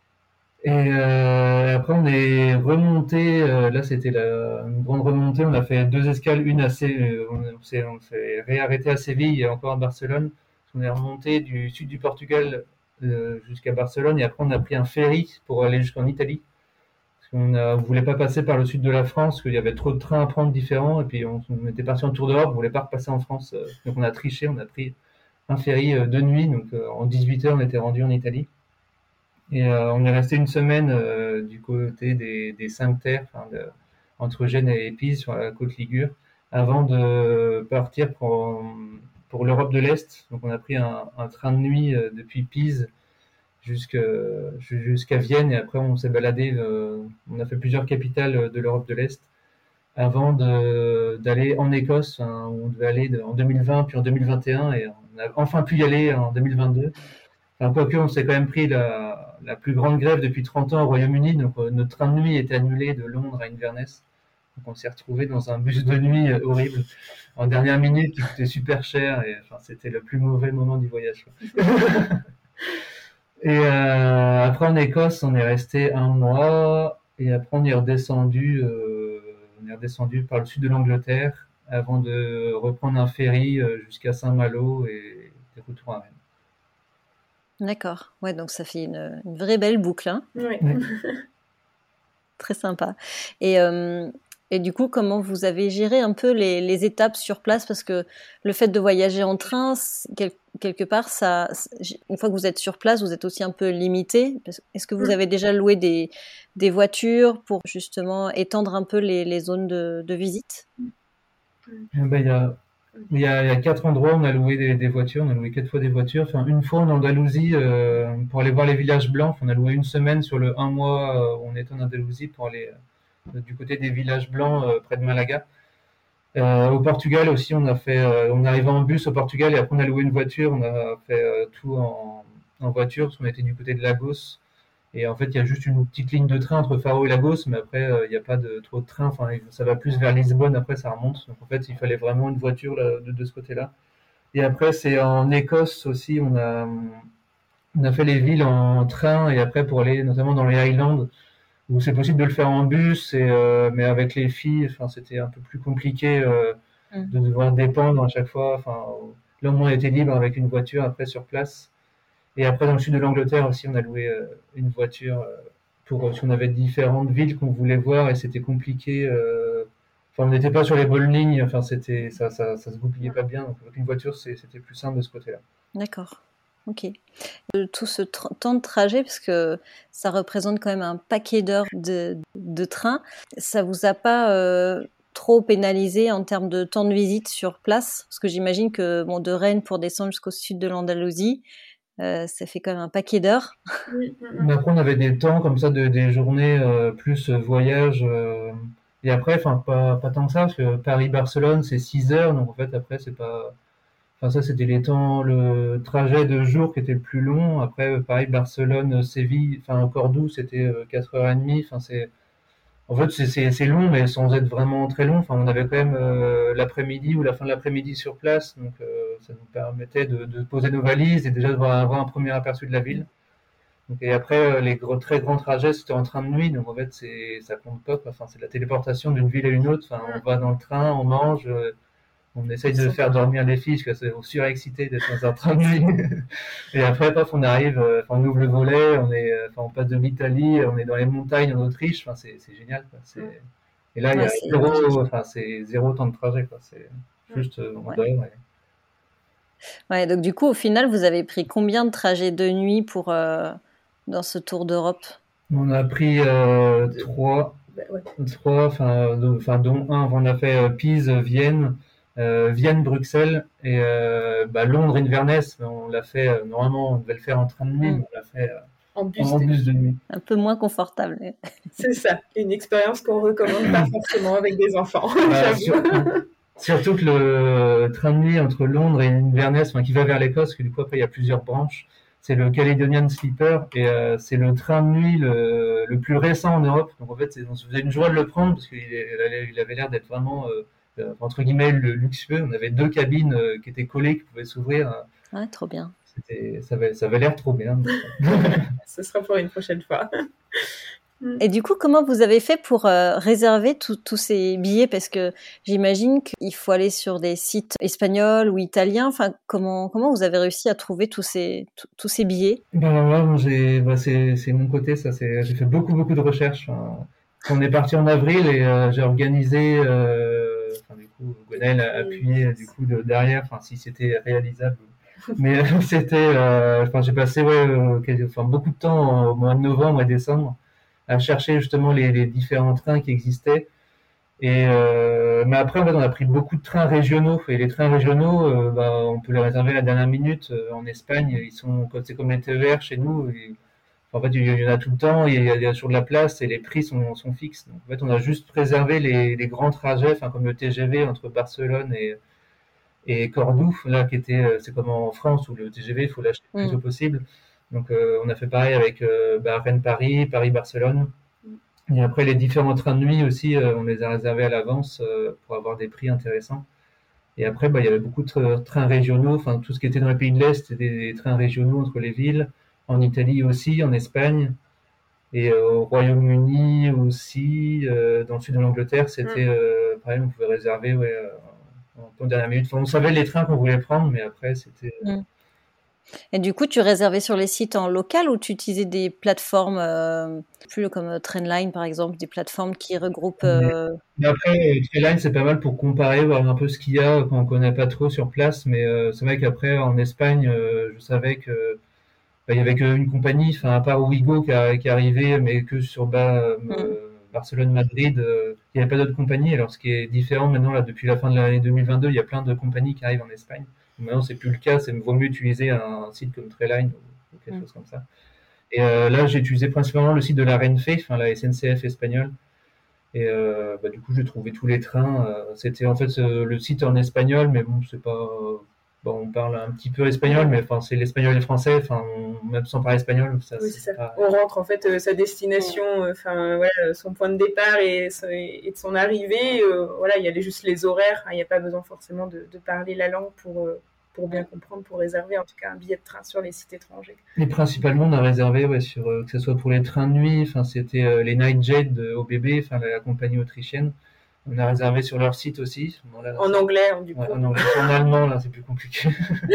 [SPEAKER 3] Et euh, après, on est remonté. Euh, là, c'était la, une grande remontée. On a fait deux escales, une à Séville. On s'est, on s'est réarrêté à Séville et encore à Barcelone. On est remonté du sud du Portugal euh, jusqu'à Barcelone et après on a pris un ferry pour aller jusqu'en Italie. Parce qu'on ne voulait pas passer par le sud de la France, parce qu'il y avait trop de trains à prendre différents et puis on, on était parti en tour d'Europe, on voulait pas repasser en France. Euh, donc on a triché, on a pris un ferry euh, de nuit, donc euh, en dix-huit heures on était rendu en Italie. Et euh, on est resté une semaine euh, du côté des, des Cinq Terres, enfin de, entre Gênes et Pise sur la côte Ligure, avant de partir pour pour l'Europe de l'Est. Donc on a pris un, un train de nuit euh, depuis Pise jusqu'à, jusqu'à Vienne et après on s'est baladé, euh, on a fait plusieurs capitales de l'Europe de l'Est avant de, d'aller en Écosse, hein, où on devait aller de, en deux mille vingt puis en deux mille vingt et un et on a enfin pu y aller en deux mille vingt-deux. Enfin, quoique on s'est quand même pris la, la plus grande grève depuis trente ans au Royaume-Uni, donc euh, notre train de nuit était annulé de Londres à Inverness. Donc on s'est retrouvé dans un bus de nuit euh, horrible en dernière minute qui coûtait super cher et enfin c'était le plus mauvais moment du voyage. Et euh, après en Écosse on est resté un mois et après on est redescendu, euh, on est redescendu par le sud de l'Angleterre avant de reprendre un ferry euh, jusqu'à Saint-Malo et de retour à Rennes.
[SPEAKER 1] D'accord. Ouais, donc ça fait une, une vraie belle boucle. Hein.
[SPEAKER 2] Oui.
[SPEAKER 1] Très sympa. Et euh, Et du coup, comment vous avez géré un peu les, les étapes sur place? Parce que le fait de voyager en train, quel, quelque part, ça, une fois que vous êtes sur place, vous êtes aussi un peu limité. Est-ce que vous avez déjà loué des, des voitures pour justement étendre un peu les, les zones de, de visite?
[SPEAKER 3] Ben, il y a, il y a, il y a quatre endroits où on a loué des, des voitures. On a loué quatre fois des voitures. Enfin, une fois en Andalousie, euh, pour aller voir les villages blancs. On a loué une semaine sur le un mois où on était en Andalousie pour aller du côté des villages blancs euh, près de Malaga. Euh, au Portugal aussi, on a fait, euh, on est arrivé en bus au Portugal et après on a loué une voiture. On a fait euh, tout en, en voiture parce qu'on était du côté de Lagos. Et en fait, il y a juste une petite ligne de train entre Faro et Lagos, mais après, il euh, n'y a pas de trop de train. Enfin, ça va plus vers Lisbonne. Après, ça remonte. Donc en fait, il fallait vraiment une voiture là, de, de ce côté-là. Et après, c'est en Écosse aussi, on a, on a fait les villes en train, et après pour aller notamment dans les Highlands, où c'est possible de le faire en bus, et, euh, mais avec les filles, enfin, c'était un peu plus compliqué euh,
[SPEAKER 1] Mm.
[SPEAKER 3] de devoir dépendre à chaque fois. Enfin, là, au moins, on était libre avec une voiture après sur place. Et après, dans le sud de l'Angleterre aussi, on a loué euh, une voiture euh, pour, si on avait différentes villes qu'on voulait voir, et c'était compliqué. euh, Enfin, on n'était pas sur les bonnes lignes, enfin, c'était, ça, ça, ça se goupillait pas bien. Donc, avec une voiture, c'est- c'était plus simple de ce côté-là.
[SPEAKER 1] D'accord. Ok. De tout ce tra- temps de trajet, parce que ça représente quand même un paquet d'heures de, de train, ça vous a pas euh, trop pénalisé en termes de temps de visite sur place? Parce que j'imagine que bon, de Rennes pour descendre jusqu'au sud de l'Andalousie, euh, ça fait quand même un paquet d'heures.
[SPEAKER 2] Oui, mm, mm.
[SPEAKER 3] Mais après, on avait des temps comme ça, de, des journées euh, plus euh, voyage. euh, et après, enfin, pas, pas tant que ça, parce que Paris-Barcelone, c'est six heures. Donc, en fait, après, c'est pas. Enfin, ça, c'était les temps, le trajet de jour qui était le plus long. Après, euh, Paris-Barcelone, Séville, enfin, Cordoue, c'était euh, quatre heures trente. Enfin, c'est. En fait, c'est c'est- c'est long, mais sans être vraiment très long. Enfin, on avait quand même euh, l'après-midi ou la fin de l'après-midi sur place. Donc, euh, ça nous permettait de, de poser nos valises et déjà de voir- avoir un premier aperçu de la ville. Donc, et après, euh, les gros, très grands trajets, c'était en train de nuit, donc en fait, c'est, ça compte pas, quoi. Enfin, c'est de la téléportation d'une ville à une autre. Enfin, on va dans le train, on mange, euh, on essaye de faire dormir les filles, parce qu'elles sont surexcitées d'être dans un train de nuit. Et après, paf, on arrive, euh, enfin, on ouvre le volet, on est, euh, enfin, on passe de l'Italie, on est dans les montagnes en Autriche. Enfin, c'est, c'est génial, quoi. C'est, et là, il y
[SPEAKER 1] Ouais,
[SPEAKER 3] a
[SPEAKER 1] c'est
[SPEAKER 3] zéro, enfin, c'est zéro temps de trajet, quoi. C'est juste, euh, on
[SPEAKER 1] ouais.
[SPEAKER 3] dort. et-
[SPEAKER 1] Ouais, donc du coup, au final, vous avez pris combien de trajets de nuit pour euh, dans ce tour d'Europe?
[SPEAKER 3] On a pris euh,
[SPEAKER 2] Deux.
[SPEAKER 3] trois.
[SPEAKER 2] Bah, ouais.
[SPEAKER 3] Trois, enfin, de- enfin, dont un, on a fait euh, Pise, Vienne, euh, Vienne, Bruxelles et euh, bah, Londres, Inverness. Mais on l'a fait, euh, normalement, on devait le faire en train de nuit,
[SPEAKER 1] Mm.
[SPEAKER 3] mais on l'a fait euh,
[SPEAKER 2] En
[SPEAKER 3] en
[SPEAKER 2] bus
[SPEAKER 3] en
[SPEAKER 2] de
[SPEAKER 3] bus
[SPEAKER 2] nuit.
[SPEAKER 3] de nuit.
[SPEAKER 1] Un peu moins confortable.
[SPEAKER 2] C'est ça, une expérience qu'on recommande pas forcément avec des enfants,
[SPEAKER 3] Bah, sur-
[SPEAKER 2] j'avoue.
[SPEAKER 3] surtout que le train de nuit entre Londres et Inverness, enfin, qui va vers l'Écosse, parce que du coup, après, il y a plusieurs branches. C'est le Caledonian Sleeper et euh, c'est le train de nuit le, le plus récent en Europe. Donc en fait, c'est, on se faisait une joie de le prendre parce qu'il est- il avait il avait l'air d'être vraiment, euh, euh, entre guillemets, le luxueux. On avait deux cabines euh, qui étaient collées, qui pouvaient s'ouvrir.
[SPEAKER 1] Ouais, trop bien.
[SPEAKER 3] C'était, ça avait, ça avait l'air trop bien.
[SPEAKER 2] Ce sera pour une prochaine fois.
[SPEAKER 1] Et du coup, comment vous avez fait pour euh, réserver tout- tous ces billets? Parce que j'imagine qu'il faut aller sur des sites espagnols ou italiens. Enfin, comment, comment vous avez réussi à trouver tous ces, tous- tous ces billets?
[SPEAKER 3] Ben alors là, moi, j'ai, bah, c'est, c'est mon côté, ça. C'est, j'ai fait beaucoup, beaucoup de recherches. Enfin, on est parti en avril et euh, j'ai organisé. Euh, enfin, du coup, Gwenaël a appuyé du coup de, derrière. Enfin, si c'était réalisable. Mais euh, c'était. Euh, enfin, j'ai passé ouais, euh, quasi- enfin, beaucoup de temps au mois de novembre et décembre à chercher justement les, les différents trains qui existaient. Et euh, mais après, en fait, on a pris beaucoup de trains régionaux. Et les trains régionaux, euh, bah, on peut les réserver à la dernière minute. Euh, en Espagne, ils sont comme c'est comme les T E R chez nous. Et, en fait, il y en a tout le temps. Il y a, il y a sur de la place et les prix sont, sont fixes. Donc, en fait, on a juste réservé les, les grands trajets, enfin comme le T G V entre Barcelone et, et Cordoue, là, qui était, euh, c'est comme en France où le T G V, il faut l'acheter le plus
[SPEAKER 1] Mm.
[SPEAKER 3] tôt possible. Donc, euh, on a fait pareil avec euh, bah, Rennes-Paris, Paris-Barcelone. Et après, les différents trains de nuit aussi, euh, on les a réservés à l'avance euh, pour avoir des prix intéressants. Et après, bah, il y avait beaucoup de tra- trains régionaux, enfin, tout ce qui était dans les pays de l'Est, c'était des trains régionaux entre les villes. En Italie aussi, en Espagne. Et euh, au Royaume-Uni aussi, euh, dans le sud de l'Angleterre, c'était euh, pareil, on pouvait réserver ouais, euh, en, en dernière minute. Enfin, on savait les trains qu'on voulait prendre, mais après, c'était.
[SPEAKER 1] Mm. Et du coup, tu réservais sur les sites en local ou tu utilisais des plateformes, euh, plus comme Trainline par exemple, des plateformes qui regroupent.
[SPEAKER 3] Mais,
[SPEAKER 1] euh,
[SPEAKER 3] mais après, euh, Trainline, c'est pas mal pour comparer, voir un peu ce qu'il y a quand on connaît pas trop sur place. Mais euh, c'est vrai qu'après, en Espagne, euh, je savais que bah, il y avait qu'une compagnie, enfin, à part Ouigo qui, a, qui est arrivé, mais que sur bah, euh,
[SPEAKER 1] mm.
[SPEAKER 3] Barcelone-Madrid, euh, il n'y avait pas d'autres compagnies. Alors, ce qui est différent maintenant, là, depuis la fin de l'année deux mille vingt-deux, il y a plein de compagnies qui arrivent en Espagne. Maintenant, c'est plus le cas. C'est vaut mieux utiliser un, un site comme Trainline ou, ou quelque
[SPEAKER 1] Mm.
[SPEAKER 3] chose comme ça. Et euh, là, j'ai utilisé principalement le site de la Renfe, enfin, la S N C F espagnole. Et euh, bah, du coup, j'ai trouvé tous les trains. Euh, c'était en fait euh, le site en espagnol, mais bon, c'est pas. euh, Bon, on parle un petit peu espagnol, mais enfin, c'est l'espagnol et le français. Enfin, on- même sans parler espagnol, ça,
[SPEAKER 2] Oui,
[SPEAKER 3] c'est
[SPEAKER 2] c'est ça.
[SPEAKER 3] pas.
[SPEAKER 2] On rentre en fait euh, sa destination, euh, enfin voilà, son point de départ et, son- et de son arrivée. euh, voilà, il y a les- juste les horaires. Il n'y a pas besoin forcément de, de parler la langue pour, euh, pour bien comprendre, pour réserver en tout cas un billet de train sur les sites étrangers.
[SPEAKER 3] Et principalement, on a réservé, ouais, sur, euh, que ce soit pour les trains de nuit, enfin, c'était euh, les Nightjet de O B B, enfin, la, la compagnie autrichienne. On a réservé sur leur site aussi.
[SPEAKER 2] Bon, là, en anglais, du coup.
[SPEAKER 3] Ouais, en anglais. En allemand, là, c'est plus compliqué.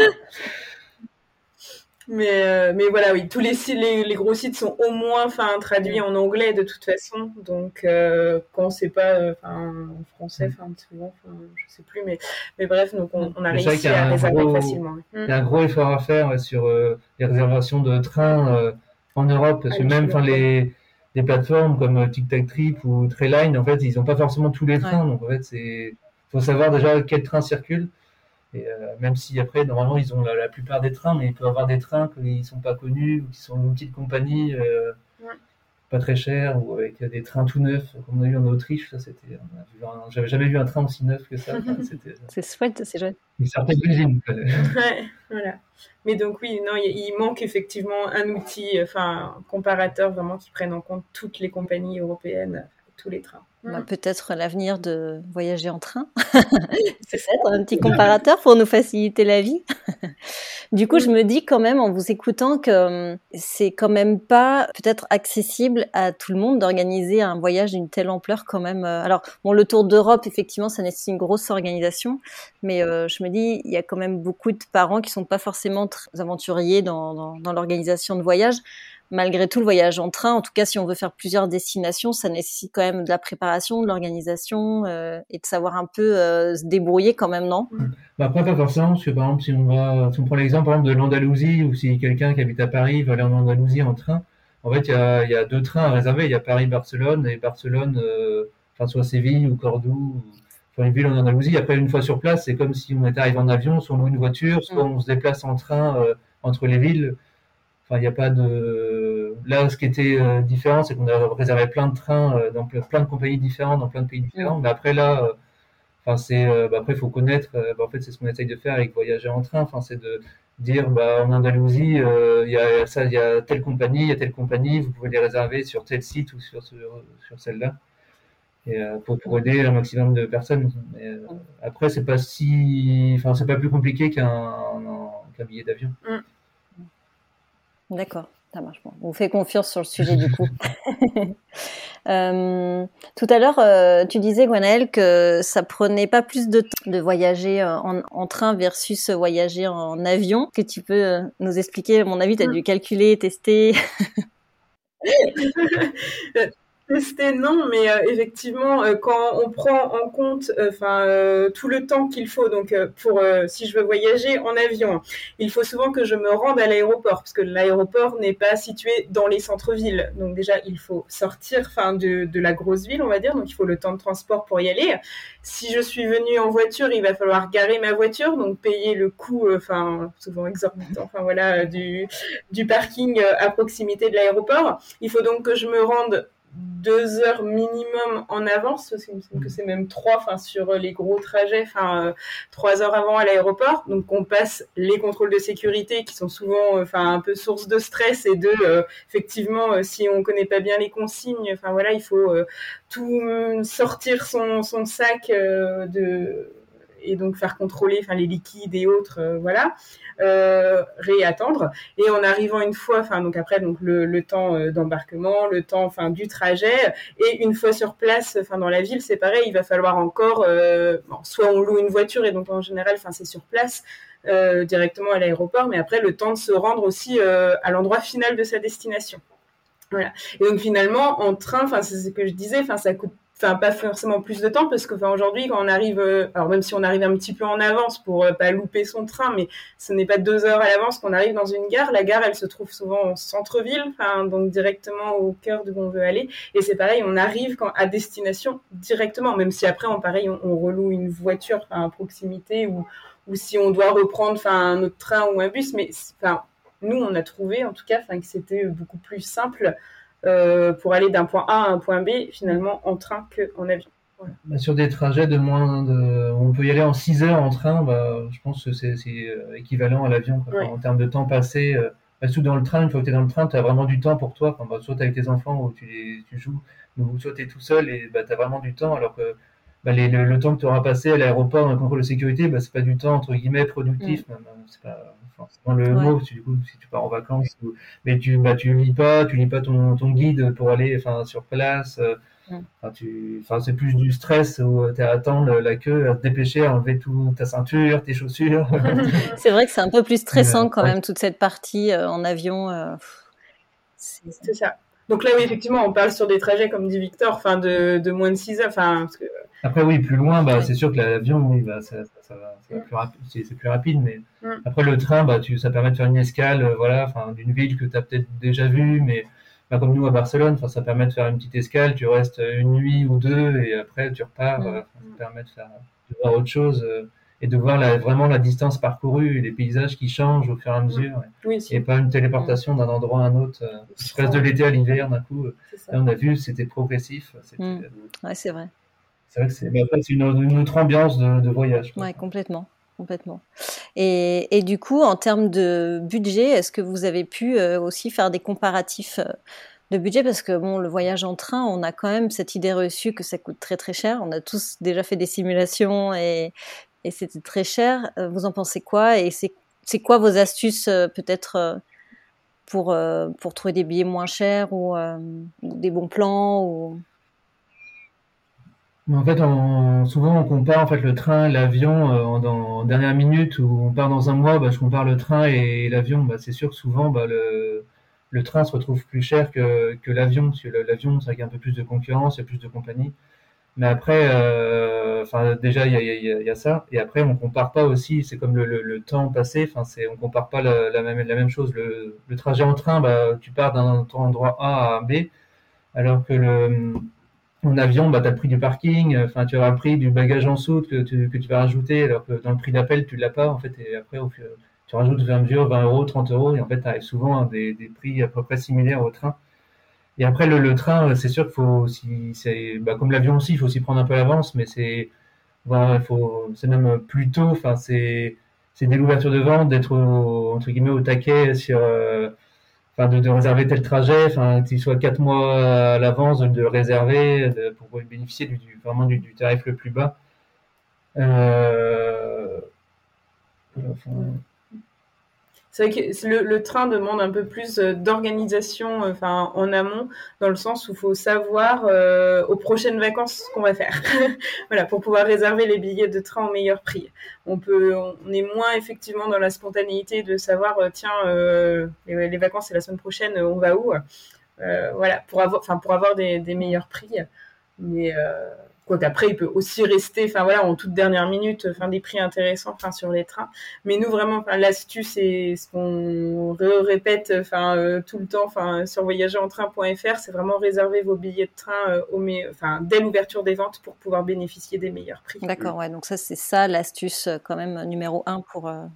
[SPEAKER 2] Mais, euh, mais voilà, oui, tous les, les, les gros sites sont au moins traduits en anglais de toute façon. Donc, euh, quand c'est pas euh, en français, souvent, je sais plus. Mais, mais bref, donc on, on a
[SPEAKER 3] mais
[SPEAKER 2] réussi à réserver
[SPEAKER 3] gros,
[SPEAKER 2] facilement.
[SPEAKER 3] Il y a un gros effort à faire ouais, sur euh, les réservations de trains euh, en Europe. Parce que même les, les plateformes comme Tic Tac Trip ou Trainline, en fait, ils n'ont pas forcément tous les trains. Ouais. Donc, en fait, il faut savoir déjà quel train circule. Et euh, même si après, normalement, ils ont la, la plupart des trains, mais il peut y avoir des trains qui ne sont pas connus ou qui sont une petite compagnie, euh, ouais. pas très chère, ou avec des trains tout neufs, comme on a eu en Autriche. Ça, c'était, j'avais jamais vu un train aussi neuf que ça. Enfin, c'était,
[SPEAKER 1] c'est chouette, c'est chouette.
[SPEAKER 3] Une certaine cuisine.
[SPEAKER 2] Ouais, voilà. Mais donc oui, non, il, il manque effectivement un outil, enfin, un comparateur vraiment qui prenne en compte toutes les compagnies européennes, tous les trains.
[SPEAKER 1] Bah, peut-être l'avenir de voyager en train. C'est peut-être un petit comparateur pour nous faciliter la vie. Du coup, je me dis quand même en vous écoutant que c'est quand même pas peut-être accessible à tout le monde d'organiser un voyage d'une telle ampleur quand même. Alors, bon, le tour d'Europe, effectivement, ça nécessite une grosse organisation, mais euh, je me dis, il y a quand même beaucoup de parents qui sont pas forcément très aventuriers dans, dans, dans l'organisation de voyage. Malgré tout, le voyage en train, en tout cas, si on veut faire plusieurs destinations, ça nécessite quand même de la préparation, de l'organisation euh, et de savoir un peu euh, se débrouiller quand même, non ?
[SPEAKER 3] Bah après, pas forcément, parce que par exemple, si on va, si on prend l'exemple par exemple de l'Andalousie, ou si quelqu'un qui habite à Paris va aller en Andalousie en train, en fait, il y a, il y a deux trains à réserver. Il y a Paris-Barcelone et Barcelone, euh, enfin soit Séville ou Cordoue, ou, enfin une ville en Andalousie. Après, une fois sur place, c'est comme si on était arrivé en avion, soit on loue une voiture, soit on se déplace en train euh, entre les villes. Enfin, il n'y a pas de. Là, ce qui était euh, différent, c'est qu'on a réservé plein de trains euh, dans plein de compagnies différentes, dans plein de pays différents. Mmh. Mais après, là, euh, enfin, c'est. Euh, bah, après, il faut connaître. Euh, bah, en fait, c'est ce qu'on essaye de faire avec voyager en train. Enfin, c'est de dire, bah, en Andalousie, il euh, y a ça, il y a telle compagnie, il y a telle compagnie. Vous pouvez les réserver sur tel site ou sur sur, sur celle-là. Et euh, pour, pour aider un maximum de personnes. Mais, euh, après, c'est pas si. Enfin, c'est pas plus compliqué qu'un, qu'un billet d'avion.
[SPEAKER 2] Mmh.
[SPEAKER 1] D'accord, ça marche. Bon. On vous fait confiance sur le sujet du coup. euh, tout à l'heure, euh, tu disais, Gwenaëlle, que ça prenait pas plus de temps de voyager en, en train versus voyager en avion. Que tu peux euh, nous expliquer ? À mon avis, tu as dû calculer, tester.
[SPEAKER 2] Tester, non, mais euh, effectivement, euh, quand on prend en compte enfin euh, tout le temps qu'il faut, donc euh, pour euh, si je veux voyager en avion, il faut souvent que je me rende à l'aéroport, parce que l'aéroport n'est pas situé dans les centres-villes. Donc déjà, il faut sortir enfin de, de la grosse ville, on va dire, donc il faut le temps de transport pour y aller. Si je suis venue en voiture, il va falloir garer ma voiture, donc payer le coût, enfin euh, souvent exorbitant, enfin voilà, du, du parking à proximité de l'aéroport. Il faut donc que je me rende deux heures minimum en avance, parce qu'il me semble que c'est même trois, enfin sur les gros trajets, enfin euh, trois heures avant à l'aéroport. Donc on passe les contrôles de sécurité qui sont souvent, enfin euh, un peu source de stress et de, euh, effectivement, euh, si on connaît pas bien les consignes, enfin voilà, il faut euh, tout sortir son son sac euh, de et donc faire contrôler, enfin les liquides et autres, euh, voilà. Euh, réattendre et en arrivant une fois, enfin donc après donc le, le temps euh, d'embarquement, le temps enfin du trajet et une fois sur place, enfin dans la ville c'est pareil, il va falloir encore euh, bon, soit on loue une voiture et donc en général enfin c'est sur place euh, directement à l'aéroport, mais après le temps de se rendre aussi euh, à l'endroit final de sa destination. Voilà. Et donc finalement en train, enfin c'est ce que je disais, enfin ça coûte Enfin, pas forcément plus de temps, parce que enfin, aujourd'hui, quand on arrive, euh, alors même si on arrive un petit peu en avance pour euh, pas louper son train, mais ce n'est pas deux heures à l'avance qu'on arrive dans une gare. La gare, elle se trouve souvent en centre-ville, enfin, donc directement au cœur d'où on veut aller. Et c'est pareil, on arrive quand, à destination directement, même si après, on, pareil, on, on reloue une voiture à proximité ou, ou si on doit reprendre enfin, un autre train ou un bus. Mais enfin, nous, on a trouvé en tout cas que c'était beaucoup plus simple Euh, pour aller d'un point A à un point B, finalement, en train qu'en avion. Voilà.
[SPEAKER 3] Bah, sur des trajets de moins de... On peut y aller en six heures en train, bah, je pense que c'est, c'est équivalent à l'avion. Quoi. Ouais. En termes de temps passé, euh, bah, surtout dans le train, une fois que tu es dans le train, tu as vraiment du temps pour toi. Enfin, bah, soit tu es avec tes enfants ou tu, les, tu joues, ou soit tu es tout seul et bah, tu as vraiment du temps. Alors que bah, les, le, le temps que tu auras passé à l'aéroport dans le contrôle de sécurité, bah, c'est pas du temps entre guillemets productif.
[SPEAKER 1] Mm.
[SPEAKER 3] Même, hein, c'est pas forcément le
[SPEAKER 1] Ouais.
[SPEAKER 3] mot. Si, du coup, si tu pars en vacances, ou, mais tu, bah, tu lis pas, tu lis pas ton, ton guide pour aller, enfin, sur place. Euh,
[SPEAKER 1] Mm.
[SPEAKER 3] Enfin, tu, enfin, c'est plus du stress où tu es à attendre la queue, à te dépêcher, à enlever toute ta ceinture, tes chaussures.
[SPEAKER 1] C'est vrai que c'est un peu plus stressant
[SPEAKER 3] Euh,
[SPEAKER 1] quand
[SPEAKER 3] ouais.
[SPEAKER 1] même, toute cette partie euh, en avion. euh, pff, c'est-
[SPEAKER 2] C'est ça. Donc là, oui, effectivement, on parle sur des trajets, comme dit Victor, enfin de, de moins de six heures. Enfin, parce que,
[SPEAKER 3] Après, oui, plus loin, bah,
[SPEAKER 2] Ouais.
[SPEAKER 3] c'est sûr que l'avion, oui, bah, ça, ça, ça va, ça va
[SPEAKER 2] Mm.
[SPEAKER 3] plus rapide, c'est, c'est plus rapide, mais
[SPEAKER 2] Mm.
[SPEAKER 3] après le train, bah, tu, ça permet de faire une escale, euh, voilà, enfin, d'une ville que tu as peut-être déjà vue, mais bah, comme nous à Barcelone, enfin, ça permet de faire une petite escale, tu restes une nuit ou deux et après tu repars,
[SPEAKER 1] Mm.
[SPEAKER 3] euh, enfin, ça permet de faire, de voir autre chose euh, et de voir la, vraiment la distance parcourue et les paysages qui changent au fur et à mesure,
[SPEAKER 2] oui,
[SPEAKER 3] et,
[SPEAKER 2] si,
[SPEAKER 3] et pas une téléportation d'un endroit à un autre, euh,
[SPEAKER 2] se
[SPEAKER 3] tu passes de
[SPEAKER 2] rend-
[SPEAKER 3] l'été à l'hiver d'un coup. euh,
[SPEAKER 2] c'est ça.
[SPEAKER 3] Là, on a vu, c'était progressif, c'était,
[SPEAKER 1] Mm. Ouais, c'est vrai.
[SPEAKER 3] c'est vrai que c'est, mais après, c'est une, une autre ambiance de, de voyage, quoi.
[SPEAKER 1] Ouais, complètement. Complètement. Et, et du coup, en termes de budget, est-ce que vous avez pu euh, aussi faire des comparatifs euh, de budget? Parce que bon, le voyage en train, on a quand même cette idée reçue que ça coûte très très cher. On a tous déjà fait des simulations et, et c'était très cher. Euh, Vous en pensez quoi? Et c'est c'est quoi vos astuces euh, peut-être euh, pour euh, pour trouver des billets moins chers ou, euh, ou des bons plans ou...
[SPEAKER 3] Mais en fait, on, souvent on compare en fait le train, l'avion euh, en, dans- en dernière minute où on part dans un mois, bah, je compare le train et l'avion. Bah, c'est sûr que souvent bah, le, le train se retrouve plus cher que, que l'avion, parce que le- l'avion, c'est vrai qu'il y a un peu plus de concurrence, il y a plus de compagnies. Mais après, euh, enfin déjà il y a, il y a- il y a ça, et après on compare pas aussi. C'est comme le, le, le temps passé. Enfin c'est, on compare pas la, la même la même chose. Le, le trajet en train, bah tu pars d'un endroit A à B, alors que le en avion, bah, tu as le prix du parking, enfin, tu auras le prix du bagage en soute que tu, que tu vas rajouter, alors que dans le prix d'appel, tu l'as pas, en fait, et après, au fur- tu rajoutes au fur et à mesure vingt euros, trente euros, et en fait, tu arrives souvent à des, des prix à peu près similaires au train. Et après, le, le train, euh, c'est sûr qu'il faut aussi, c'est, bah, comme l'avion aussi, il faut s'y prendre un peu à l'avance, mais c'est, voilà, il faut, c'est même plus tôt, enfin, c'est, c'est dès l'ouverture de vente d'être au, entre guillemets au taquet sur, euh, enfin de, de réserver tel trajet, enfin qu'il soit quatre mois à l'avance, de, de le réserver de, pour bénéficier du, du- vraiment du, du tarif le plus bas. Euh, enfin,
[SPEAKER 2] C'est vrai que le, le train demande un peu plus euh, d'organisation, euh, enfin en amont, dans le sens où il faut savoir euh, aux prochaines vacances ce qu'on va faire. Voilà, pour pouvoir réserver les billets de train au meilleur prix. On peut, on est moins effectivement dans la spontanéité de savoir, euh, tiens, euh, les, les vacances c'est la semaine prochaine, on va où? Euh, voilà, pour avoir, enfin pour avoir des, des meilleurs prix. Mais euh, quoi qu'après, il peut aussi rester, enfin voilà, en toute dernière minute, enfin des prix intéressants, enfin sur les trains. Mais nous vraiment, enfin l'astuce et ce qu'on répète, enfin euh, tout le temps, enfin sur voyager en train point f r, c'est vraiment réserver vos billets de train euh, au me... enfin dès l'ouverture des ventes pour pouvoir bénéficier des meilleurs prix.
[SPEAKER 1] D'accord, ouais. Donc ça, c'est ça l'astuce euh, quand même numéro un pour. euh,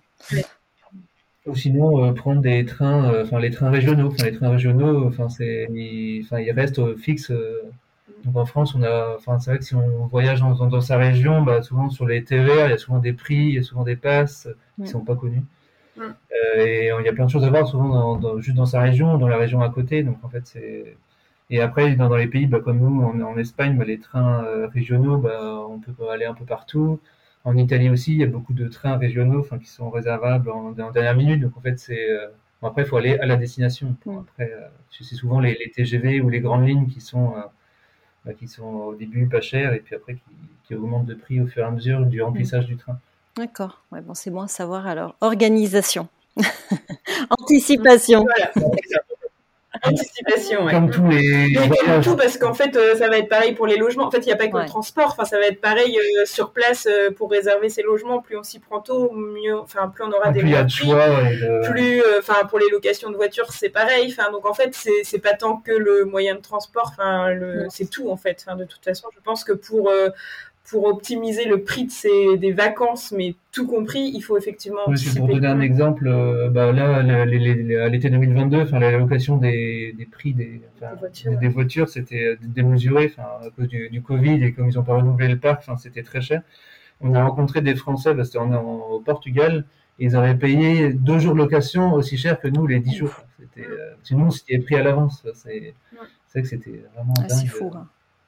[SPEAKER 3] ou sinon, euh, prendre des trains, euh, enfin les trains régionaux. Enfin les trains régionaux, enfin c'est, ils, enfin ils restent euh, fixes. euh. Donc en France, on a, enfin c'est vrai que si on voyage dans, dans, dans sa région, bah souvent sur les T V R, il y a souvent des prix, il y a souvent des passes qui
[SPEAKER 1] Mm.
[SPEAKER 3] sont pas connus.
[SPEAKER 2] Mm.
[SPEAKER 3] Euh, et euh, il y a plein de choses à voir souvent dans, dans- juste dans sa région, dans la région à côté. Donc en fait c'est, et après dans, dans les pays bah, comme nous en, en Espagne, bah, les trains euh, régionaux, bah, on peut aller un peu partout. En Italie aussi, il y a beaucoup de trains régionaux, enfin qui sont réservables en, en dernière minute. Donc en fait c'est, euh, bon, après il faut aller à la destination. Pour,
[SPEAKER 1] Mm.
[SPEAKER 3] après euh, c'est souvent les, les T G V ou les grandes lignes qui sont euh, bah, qui sont au début pas chers et puis après qui, qui augmentent de prix au fur et à mesure du remplissage du train.
[SPEAKER 1] D'accord. Ouais, bon, c'est bon à savoir alors. Organisation. Anticipation.
[SPEAKER 2] Voilà. Anticipation, ouais.
[SPEAKER 3] Comme tous les
[SPEAKER 2] Mais comme
[SPEAKER 3] voyages.
[SPEAKER 2] tout, parce qu'en fait, euh, ça va être pareil pour les logements. En fait, il n'y a pas que
[SPEAKER 1] Ouais.
[SPEAKER 2] le transport. Enfin, ça va être pareil euh, sur place euh, pour réserver ses logements. Plus on s'y prend tôt, mieux. Enfin, plus on aura des
[SPEAKER 3] Plus il y a
[SPEAKER 2] meilleurs
[SPEAKER 3] de
[SPEAKER 2] prix.
[SPEAKER 3] choix. Et de...
[SPEAKER 2] Plus, enfin, euh, pour les locations de voitures, c'est pareil. Enfin, donc en fait, c'est c'est pas tant que le moyen de transport. Enfin, le,
[SPEAKER 1] Ouais.
[SPEAKER 2] c'est tout en fait. Enfin, de toute façon, je pense que pour euh, pour optimiser le prix de ces, des vacances, mais tout compris, il faut effectivement
[SPEAKER 3] Oui,
[SPEAKER 2] anticiper.
[SPEAKER 3] pour donner un exemple, euh, bah là, les, les, les, à l'été deux mille vingt-deux, enfin, la location des, des prix des, enfin,
[SPEAKER 2] Des voitures.
[SPEAKER 3] des, des voitures, c'était démesuré, enfin, à cause du, du Covid et comme ils n'ont pas renouvelé le parc, enfin, c'était très cher. On a rencontré des Français, bah, c'était en, en, au Portugal, et ils avaient payé deux jours de location aussi cher que nous les dix jours. C'était, euh, sinon, c'était pris à l'avance. C'est, c'est vrai que c'était vraiment
[SPEAKER 1] Ah,
[SPEAKER 3] dingue.
[SPEAKER 1] c'est fou. Hein.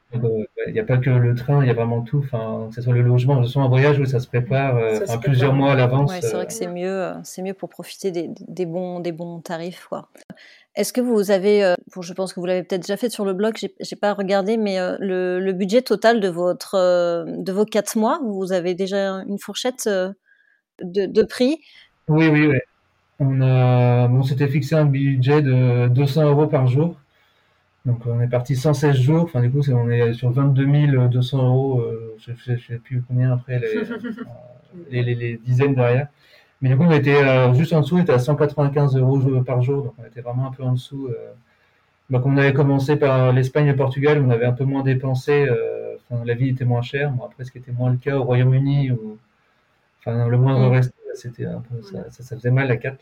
[SPEAKER 3] Il euh, n'y a pas que le train, il y a vraiment tout. Enfin, que ce soit le logement, que ce soit un voyage où ça se prépare euh, ça se prépare. plusieurs mois à l'avance.
[SPEAKER 1] Ouais, c'est vrai que c'est mieux, c'est mieux pour profiter des, des, bons, des bons tarifs, quoi. Est-ce que vous avez, euh, bon, je pense que vous l'avez peut-être déjà fait sur le blog, j'ai, j'ai pas regardé, mais euh, le, le budget total de votre, euh, de vos quatre mois, vous avez déjà une fourchette euh, de, de prix?
[SPEAKER 3] Oui, oui, oui. On a, on s'était fixé un budget de deux cents euros par jour. Donc on est parti cent seize jours. Enfin du coup, c'est, on est sur vingt-deux mille deux cents euros. Euh, je ne sais plus combien après les, les, les, les dizaines derrière. Mais du coup, on était euh, juste en dessous, on était à cent quatre-vingt-quinze euros par jour, donc on était vraiment un peu en dessous. Euh. Donc on avait commencé par l'Espagne et le Portugal, on avait un peu moins dépensé, euh, enfin, la vie était moins chère. Bon, après, ce qui était moins le cas au Royaume-Uni, où, enfin, le moindre mmh. reste, c'était un peu, ça, ça, ça faisait mal la carte.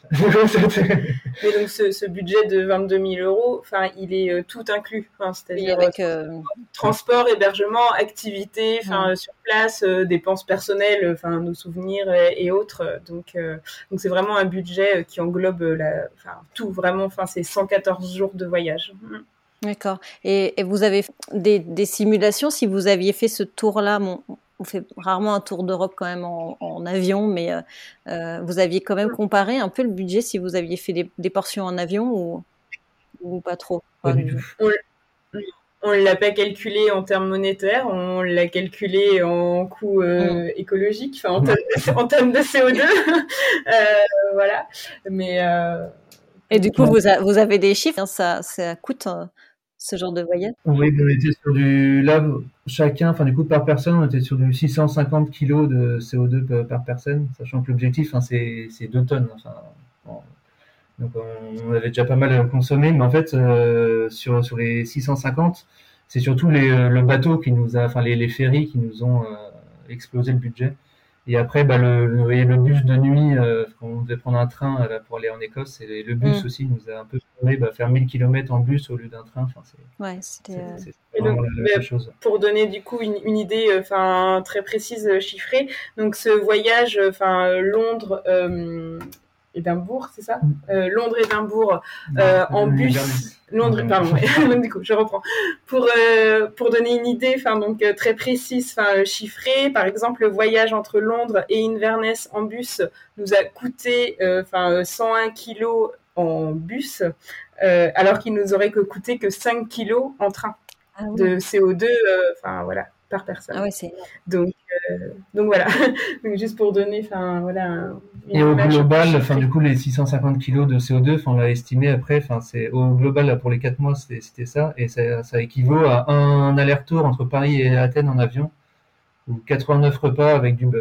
[SPEAKER 2] Mais donc ce, ce budget de vingt-deux mille euros, enfin, il est euh, tout inclus, enfin, c'est-à-dire avec, euh, transport, hébergement, activités, enfin, mmh. sur place, euh, dépenses personnelles, enfin, nos souvenirs et, et autres. Donc, euh, donc c'est vraiment un budget qui englobe la, enfin, tout, vraiment. Enfin, c'est cent quatorze jours de voyage. Mmh.
[SPEAKER 1] D'accord. Et, et vous avez des, des simulations, si vous aviez fait ce tour-là, bon, on fait rarement un tour d'Europe quand même en, en avion, mais euh, vous aviez quand même comparé un peu le budget si vous aviez fait des, des portions en avion ou, ou pas trop?
[SPEAKER 3] Pas du tout.
[SPEAKER 2] On ne l'a pas calculé en termes monétaires, on l'a calculé en coût euh, mmh. écologique, enfin en, termes, en termes de C O deux. euh, voilà. Mais, euh,
[SPEAKER 1] Et du coup, vous, a, vous avez des chiffres, hein, ça, ça coûte hein, ce genre de voyage?
[SPEAKER 3] Oui, on était sur du. Là, chacun, enfin, du coup, par personne, on était sur du six cent cinquante kilos de C O deux par personne, sachant que l'objectif, hein, c'est, c'est deux tonnes. Enfin, bon, donc, on, on avait déjà pas mal consommé, mais en fait, euh, sur, sur les six cent cinquante, c'est surtout les, le bateau qui nous a, enfin, les, les ferries qui nous ont euh, explosé le budget. Et après, bah, le, le, le bus de nuit, euh, on devait prendre un train là, pour aller en Écosse, et le bus mmh. aussi nous a un peu tourné, bah, faire mille kilomètres en bus au lieu d'un train. Enfin, c'est,
[SPEAKER 1] ouais, c'était,
[SPEAKER 3] c'est, c'est,
[SPEAKER 2] c'est donc, la, la chose. Pour donner du coup une, une idée, enfin très précise, chiffrée. Donc ce voyage, enfin Londres. Euh, Édimbourg, c'est ça euh, Londres-Édimbourg euh, en bus. Londres, pardon, du coup, je reprends. Pour euh, pour donner une idée, enfin donc euh, très précise, enfin chiffrée. Par exemple, le voyage entre Londres et Inverness en bus nous a coûté enfin euh, cent un kilos en bus, euh, alors qu'il nous aurait que coûté que cinq kilos en train ah, oui. de C O deux. Enfin euh, voilà. Par personne.
[SPEAKER 1] Ah ouais, c'est...
[SPEAKER 2] Donc, euh, donc voilà. Donc juste pour donner, enfin voilà. Un,
[SPEAKER 3] et au global, enfin du coup les six cent cinquante kilos de C O deux, enfin on l'a estimé après, enfin c'est au global là, pour les quatre mois c'était, c'était ça, et ça, ça équivaut à un aller-retour entre Paris et Athènes en avion, ou quatre-vingt-neuf repas avec du bœuf.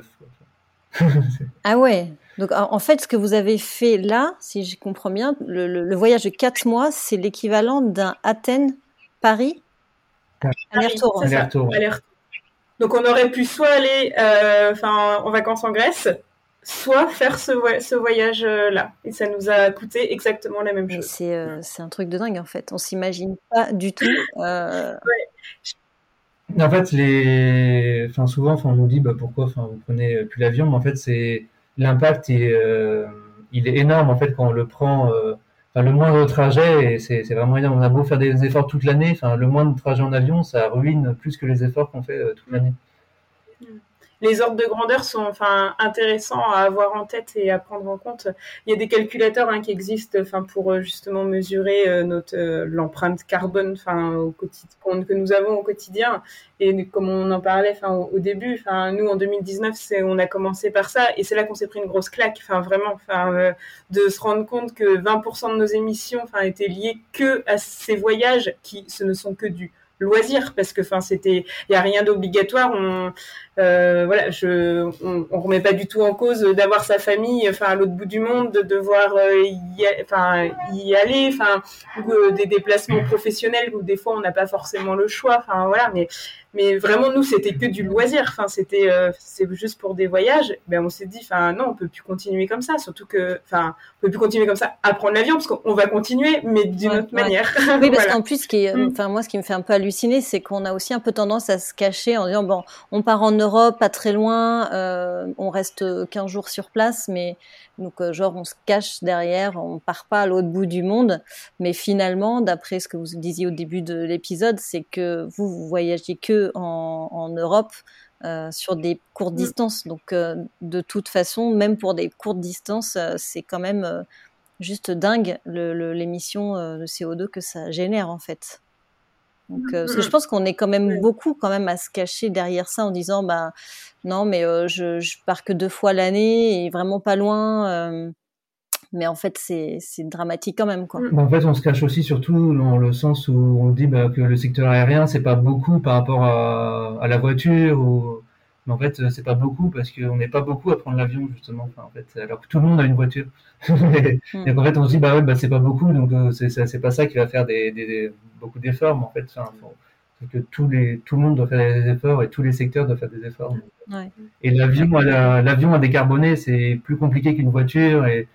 [SPEAKER 1] Ah ouais. Donc en fait, ce que vous avez fait là, si je comprends bien, le, le, le voyage de quatre mois, c'est l'équivalent d'un Athènes-Paris aller-retour.
[SPEAKER 2] C'est ça, aller-retour. Donc on aurait pu soit aller euh, en vacances en Grèce, soit faire ce, vo- ce voyage-là. Et ça nous a coûté exactement la même chose.
[SPEAKER 1] Mais c'est, euh, c'est un truc de dingue en fait. On s'imagine pas du tout. Euh...
[SPEAKER 3] Ouais. En fait, les... enfin, souvent enfin, on nous dit bah, pourquoi enfin, vous prenez plus l'avion, mais en fait c'est l'impact il, euh, il est énorme en fait quand on le prend. Euh... Enfin, le moindre trajet, et c'est, c'est vraiment énorme. On a beau faire des efforts toute l'année, enfin, le moindre trajet en avion, ça ruine plus que les efforts qu'on fait euh, toute l'année.
[SPEAKER 2] Les ordres de grandeur sont enfin intéressants à avoir en tête et à prendre en compte. Il y a des calculateurs hein, qui existent enfin pour justement mesurer euh, notre euh, l'empreinte carbone enfin au quotidien que nous avons au quotidien et comme on en parlait enfin au, au début enfin nous en deux mille dix-neuf c'est on a commencé par ça et c'est là qu'on s'est pris une grosse claque enfin vraiment enfin euh, de se rendre compte que vingt pour cent de nos émissions enfin étaient liées que à ces voyages qui ce ne sont que du loisir parce que enfin c'était il y a rien d'obligatoire on euh, voilà je on, on remet pas du tout en cause d'avoir sa famille enfin à l'autre bout du monde de devoir euh, y enfin y aller enfin ou euh, des déplacements professionnels où des fois on n'a pas forcément le choix enfin voilà mais mais vraiment nous c'était que du loisir enfin c'était euh, c'est juste pour des voyages ben on s'est dit enfin non on peut plus continuer comme ça surtout que enfin on peut plus continuer comme ça à prendre l'avion parce qu'on va continuer mais d'une ouais, autre ouais. manière
[SPEAKER 1] oui parce voilà. qu'en plus ce qui est, enfin moi ce qui me fait un peu halluciner c'est qu'on a aussi un peu tendance à se cacher en disant bon on part en Europe Europe, pas très loin, euh, on reste quinze jours sur place, mais donc euh, genre on se cache derrière, on part pas à l'autre bout du monde. Mais finalement, d'après ce que vous disiez au début de l'épisode, c'est que vous, vous voyagez que en, en Europe. Euh, sur des courtes
[SPEAKER 2] Mm.
[SPEAKER 1] distances. Donc, euh, de toute façon, même pour des courtes distances, euh, c'est quand même euh, juste dingue le, le, l'émission euh, de C O deux que ça génère, en fait. Donc, euh, parce que je pense qu'on est quand même
[SPEAKER 2] Ouais.
[SPEAKER 1] beaucoup quand même à se cacher derrière ça en disant, bah, non, mais euh, je, je pars que deux fois l'année et vraiment pas loin. Euh, mais en fait, c'est, c'est dramatique quand même, quoi.
[SPEAKER 3] Bah, en fait, on se cache aussi surtout dans le sens où on dit bah, que le secteur aérien, c'est pas beaucoup par rapport à, à la voiture. Ou... Mais en fait, c'est pas beaucoup parce qu'on n'est pas beaucoup à prendre l'avion, justement. Enfin, en fait, alors que tout le monde a une voiture. Et
[SPEAKER 1] Mm.
[SPEAKER 3] en fait, on se dit, bah ouais, bah, c'est pas beaucoup, donc euh, c'est, c'est, c'est pas ça qui va faire des, des, des- beaucoup d'efforts. Mais en fait, enfin, faut- c'est que tous les, tout le monde doit faire des efforts et tous les secteurs doivent faire des efforts.
[SPEAKER 1] Ouais.
[SPEAKER 3] Et l'avion, à la- l'avion à décarboner, c'est plus compliqué qu'une voiture. Et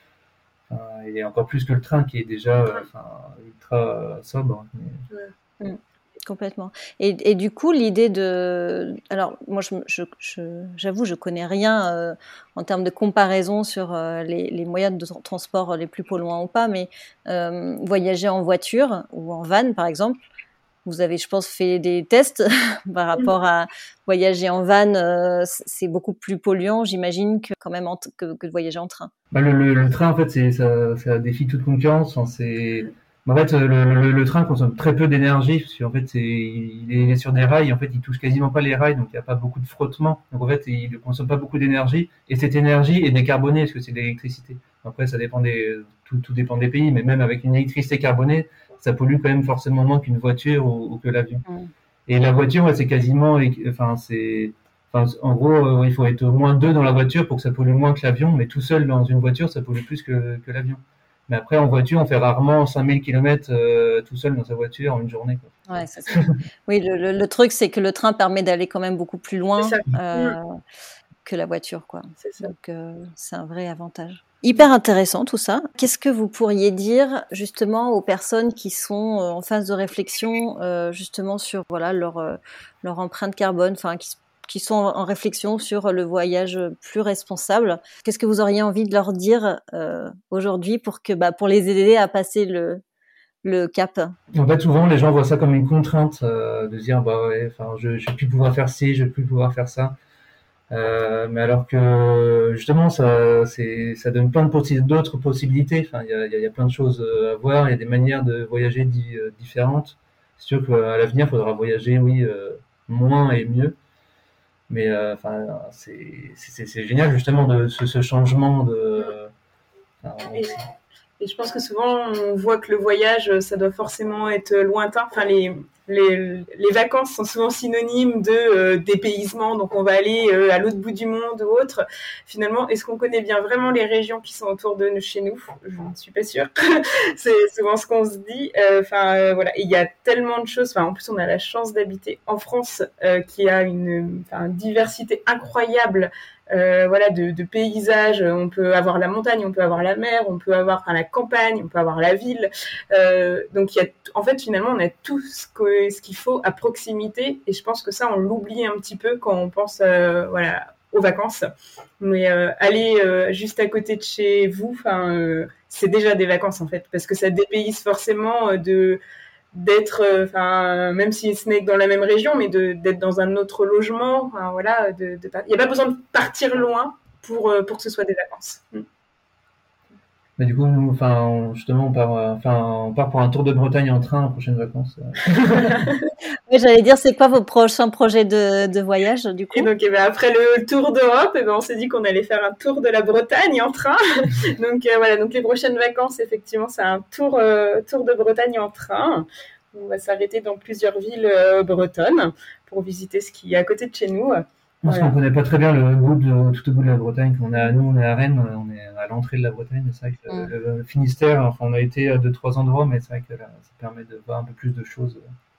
[SPEAKER 3] Enfin, et encore plus que le train qui est déjà euh, enfin, ultra euh, sobre. Mais...
[SPEAKER 1] Mm. Complètement. Et, et du coup, l'idée de... Alors, moi, je, je, je, j'avoue, je connais rien euh, en termes de comparaison sur euh, les, les moyens de transport les plus polluants ou pas, mais euh, voyager en voiture ou en van, par exemple, vous avez, je pense, fait des tests par rapport à voyager en van, euh, c'est beaucoup plus polluant, j'imagine, que quand même en t- que, que de voyager en train.
[SPEAKER 3] Bah, le, le, le train, en fait, c'est, ça, ça défie toute concurrence. Enfin, c'est... En fait, le, le, le train consomme très peu d'énergie, parce qu'en fait, c'est, il est, il est sur des rails, en fait, il touche quasiment pas les rails, donc il n'y a pas beaucoup de frottement. Donc en fait, il ne consomme pas beaucoup d'énergie, et cette énergie est décarbonée, parce que c'est de l'électricité. Après, ça dépend des, tout, tout dépend des pays, mais même avec une électricité carbonée, ça pollue quand même forcément moins qu'une voiture ou, ou que l'avion.
[SPEAKER 1] Mm.
[SPEAKER 3] Et la voiture, ouais, c'est quasiment, enfin, c'est, enfin, en gros, euh, il faut être au moins deux dans la voiture pour que ça pollue moins que l'avion, mais tout seul dans une voiture, ça pollue plus que, que l'avion. Mais après, en voiture, on fait rarement cinq mille kilomètres euh, tout seul dans sa voiture en une journée, quoi.
[SPEAKER 1] Ouais, c'est ça. Oui, le, le, le truc, c'est que le train permet d'aller quand même beaucoup plus loin
[SPEAKER 2] C'est ça.
[SPEAKER 1] euh,
[SPEAKER 2] Mm.
[SPEAKER 1] que la voiture, quoi.
[SPEAKER 2] C'est ça.
[SPEAKER 1] Donc, euh, c'est un vrai avantage. Hyper intéressant tout ça. Qu'est-ce que vous pourriez dire justement aux personnes qui sont euh, en phase de réflexion euh, justement sur voilà leur euh, leur empreinte carbone, enfin qui qui sont en réflexion sur le voyage plus responsable. Qu'est-ce que vous auriez envie de leur dire euh, aujourd'hui pour que bah pour les aider à passer le le cap?
[SPEAKER 3] En fait, souvent, les gens voient ça comme une contrainte, euh, de se dire, bah ouais, enfin, je, je vais plus pouvoir faire ci, je vais plus pouvoir faire ça. Euh, mais alors que justement, ça, c'est, ça donne plein de possi- d'autres possibilités. Enfin, il y a, il y a- il y a plein de choses euh, à voir. Il y a des manières de voyager di- euh, différentes. C'est sûr qu'à l'avenir, il faudra voyager, oui, euh, moins et mieux. Mais euh, enfin, c'est, c'est, c'est génial justement de ce, ce changement de. Enfin,
[SPEAKER 2] Et, et je pense que souvent on voit que le voyage, ça doit forcément être lointain. Enfin, les, les, les vacances sont souvent synonymes de euh, dépaysement, donc on va aller euh, à l'autre bout du monde ou autre. Finalement, est-ce qu'on connaît bien vraiment les régions qui sont autour de nous, chez nous? Je ne suis pas sûre. C'est souvent ce qu'on se dit. Enfin, euh, euh, voilà. Et il y a tellement de choses. Enfin, en plus, on a la chance d'habiter en France, euh, qui a une, enfin, une diversité incroyable. Euh, voilà, de, de paysages. On peut avoir la montagne, on peut avoir la mer, on peut avoir enfin, la campagne, on peut avoir la ville. Euh, donc, il y a, en fait, finalement, on a tout ce, que, ce qu'il faut à proximité. Et je pense que ça, on l'oublie un petit peu quand on pense, euh, voilà, aux vacances. Mais euh, aller euh, juste à côté de chez vous, enfin, euh, c'est déjà des vacances en fait, parce que ça dépayse forcément de d'être, enfin, euh, même si ce n'est que dans la même région, mais de, d'être dans un autre logement, enfin, voilà, de, de, il n'y a pas besoin de partir loin pour, pour que ce soit des vacances. Mm.
[SPEAKER 3] Mais du coup, nous, enfin, on- justement, on part, euh, enfin, on part pour un tour de Bretagne en train aux prochaines vacances.
[SPEAKER 1] Oui, j'allais dire, c'est quoi vos prochains projets de, de voyage, du coup?
[SPEAKER 2] Et donc, eh ben, après le tour d'Europe, eh ben, on s'est dit qu'on allait faire un tour de la Bretagne en train. donc, euh, voilà, donc les prochaines vacances, effectivement, c'est un tour, euh, tour de Bretagne en train. On va s'arrêter dans plusieurs villes euh, bretonnes pour visiter ce qui est à côté de chez nous.
[SPEAKER 3] Parce
[SPEAKER 2] Voilà.
[SPEAKER 3] qu'on connaît pas très bien le bout de, tout au bout de la Bretagne. On est à, nous, on est à Rennes, on est à l'entrée de la Bretagne. C'est vrai que
[SPEAKER 1] Mm.
[SPEAKER 3] le, le Finistère, enfin, on a été à deux, trois endroits, mais c'est vrai que là, ça permet de voir un peu plus de choses.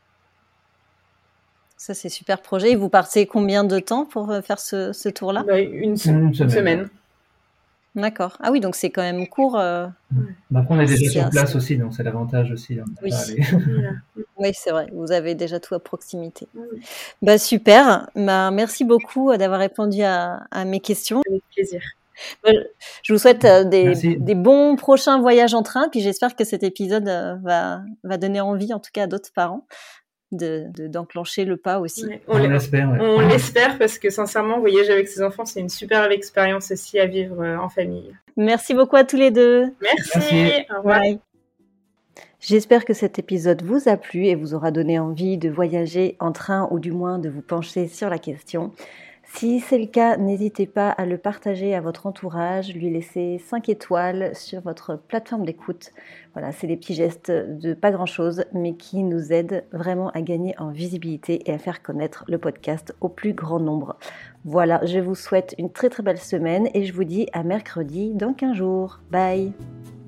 [SPEAKER 1] Ça, c'est super projet. Et vous partez combien de temps pour faire ce, ce tour-là?
[SPEAKER 2] Bah, une, se-
[SPEAKER 3] Une
[SPEAKER 2] une
[SPEAKER 3] semaine.
[SPEAKER 2] semaine.
[SPEAKER 1] D'accord. Ah oui, donc c'est quand même court. Euh...
[SPEAKER 3] Bah, après, on est déjà sur place aussi, donc c'est l'avantage aussi. Hein,
[SPEAKER 1] oui.
[SPEAKER 3] Aller...
[SPEAKER 1] oui, c'est vrai. Vous avez déjà tout à proximité. Oui. Bah, super. Bah, merci beaucoup d'avoir répondu à, à mes questions.
[SPEAKER 2] Avec plaisir.
[SPEAKER 1] Bah, je vous souhaite euh, des, des bons prochains voyages en train, puis j'espère que cet épisode euh, va, va donner envie, en tout cas à d'autres parents, de, de, d'enclencher le pas aussi.
[SPEAKER 2] Ouais, on, on l'espère. Ouais. On l'espère parce que sincèrement, voyager avec ses enfants, c'est une superbe expérience aussi à vivre en famille.
[SPEAKER 1] Merci beaucoup à tous les deux.
[SPEAKER 2] Merci. Merci. Au revoir.
[SPEAKER 1] Bye. J'espère que cet épisode vous a plu et vous aura donné envie de voyager en train ou du moins de vous pencher sur la question. Si c'est le cas, n'hésitez pas à le partager à votre entourage, lui laisser cinq étoiles sur votre plateforme d'écoute. Voilà, c'est des petits gestes de pas grand-chose, mais qui nous aident vraiment à gagner en visibilité et à faire connaître le podcast au plus grand nombre. Voilà, je vous souhaite une très très belle semaine et je vous dis à mercredi dans quinze jours. Bye!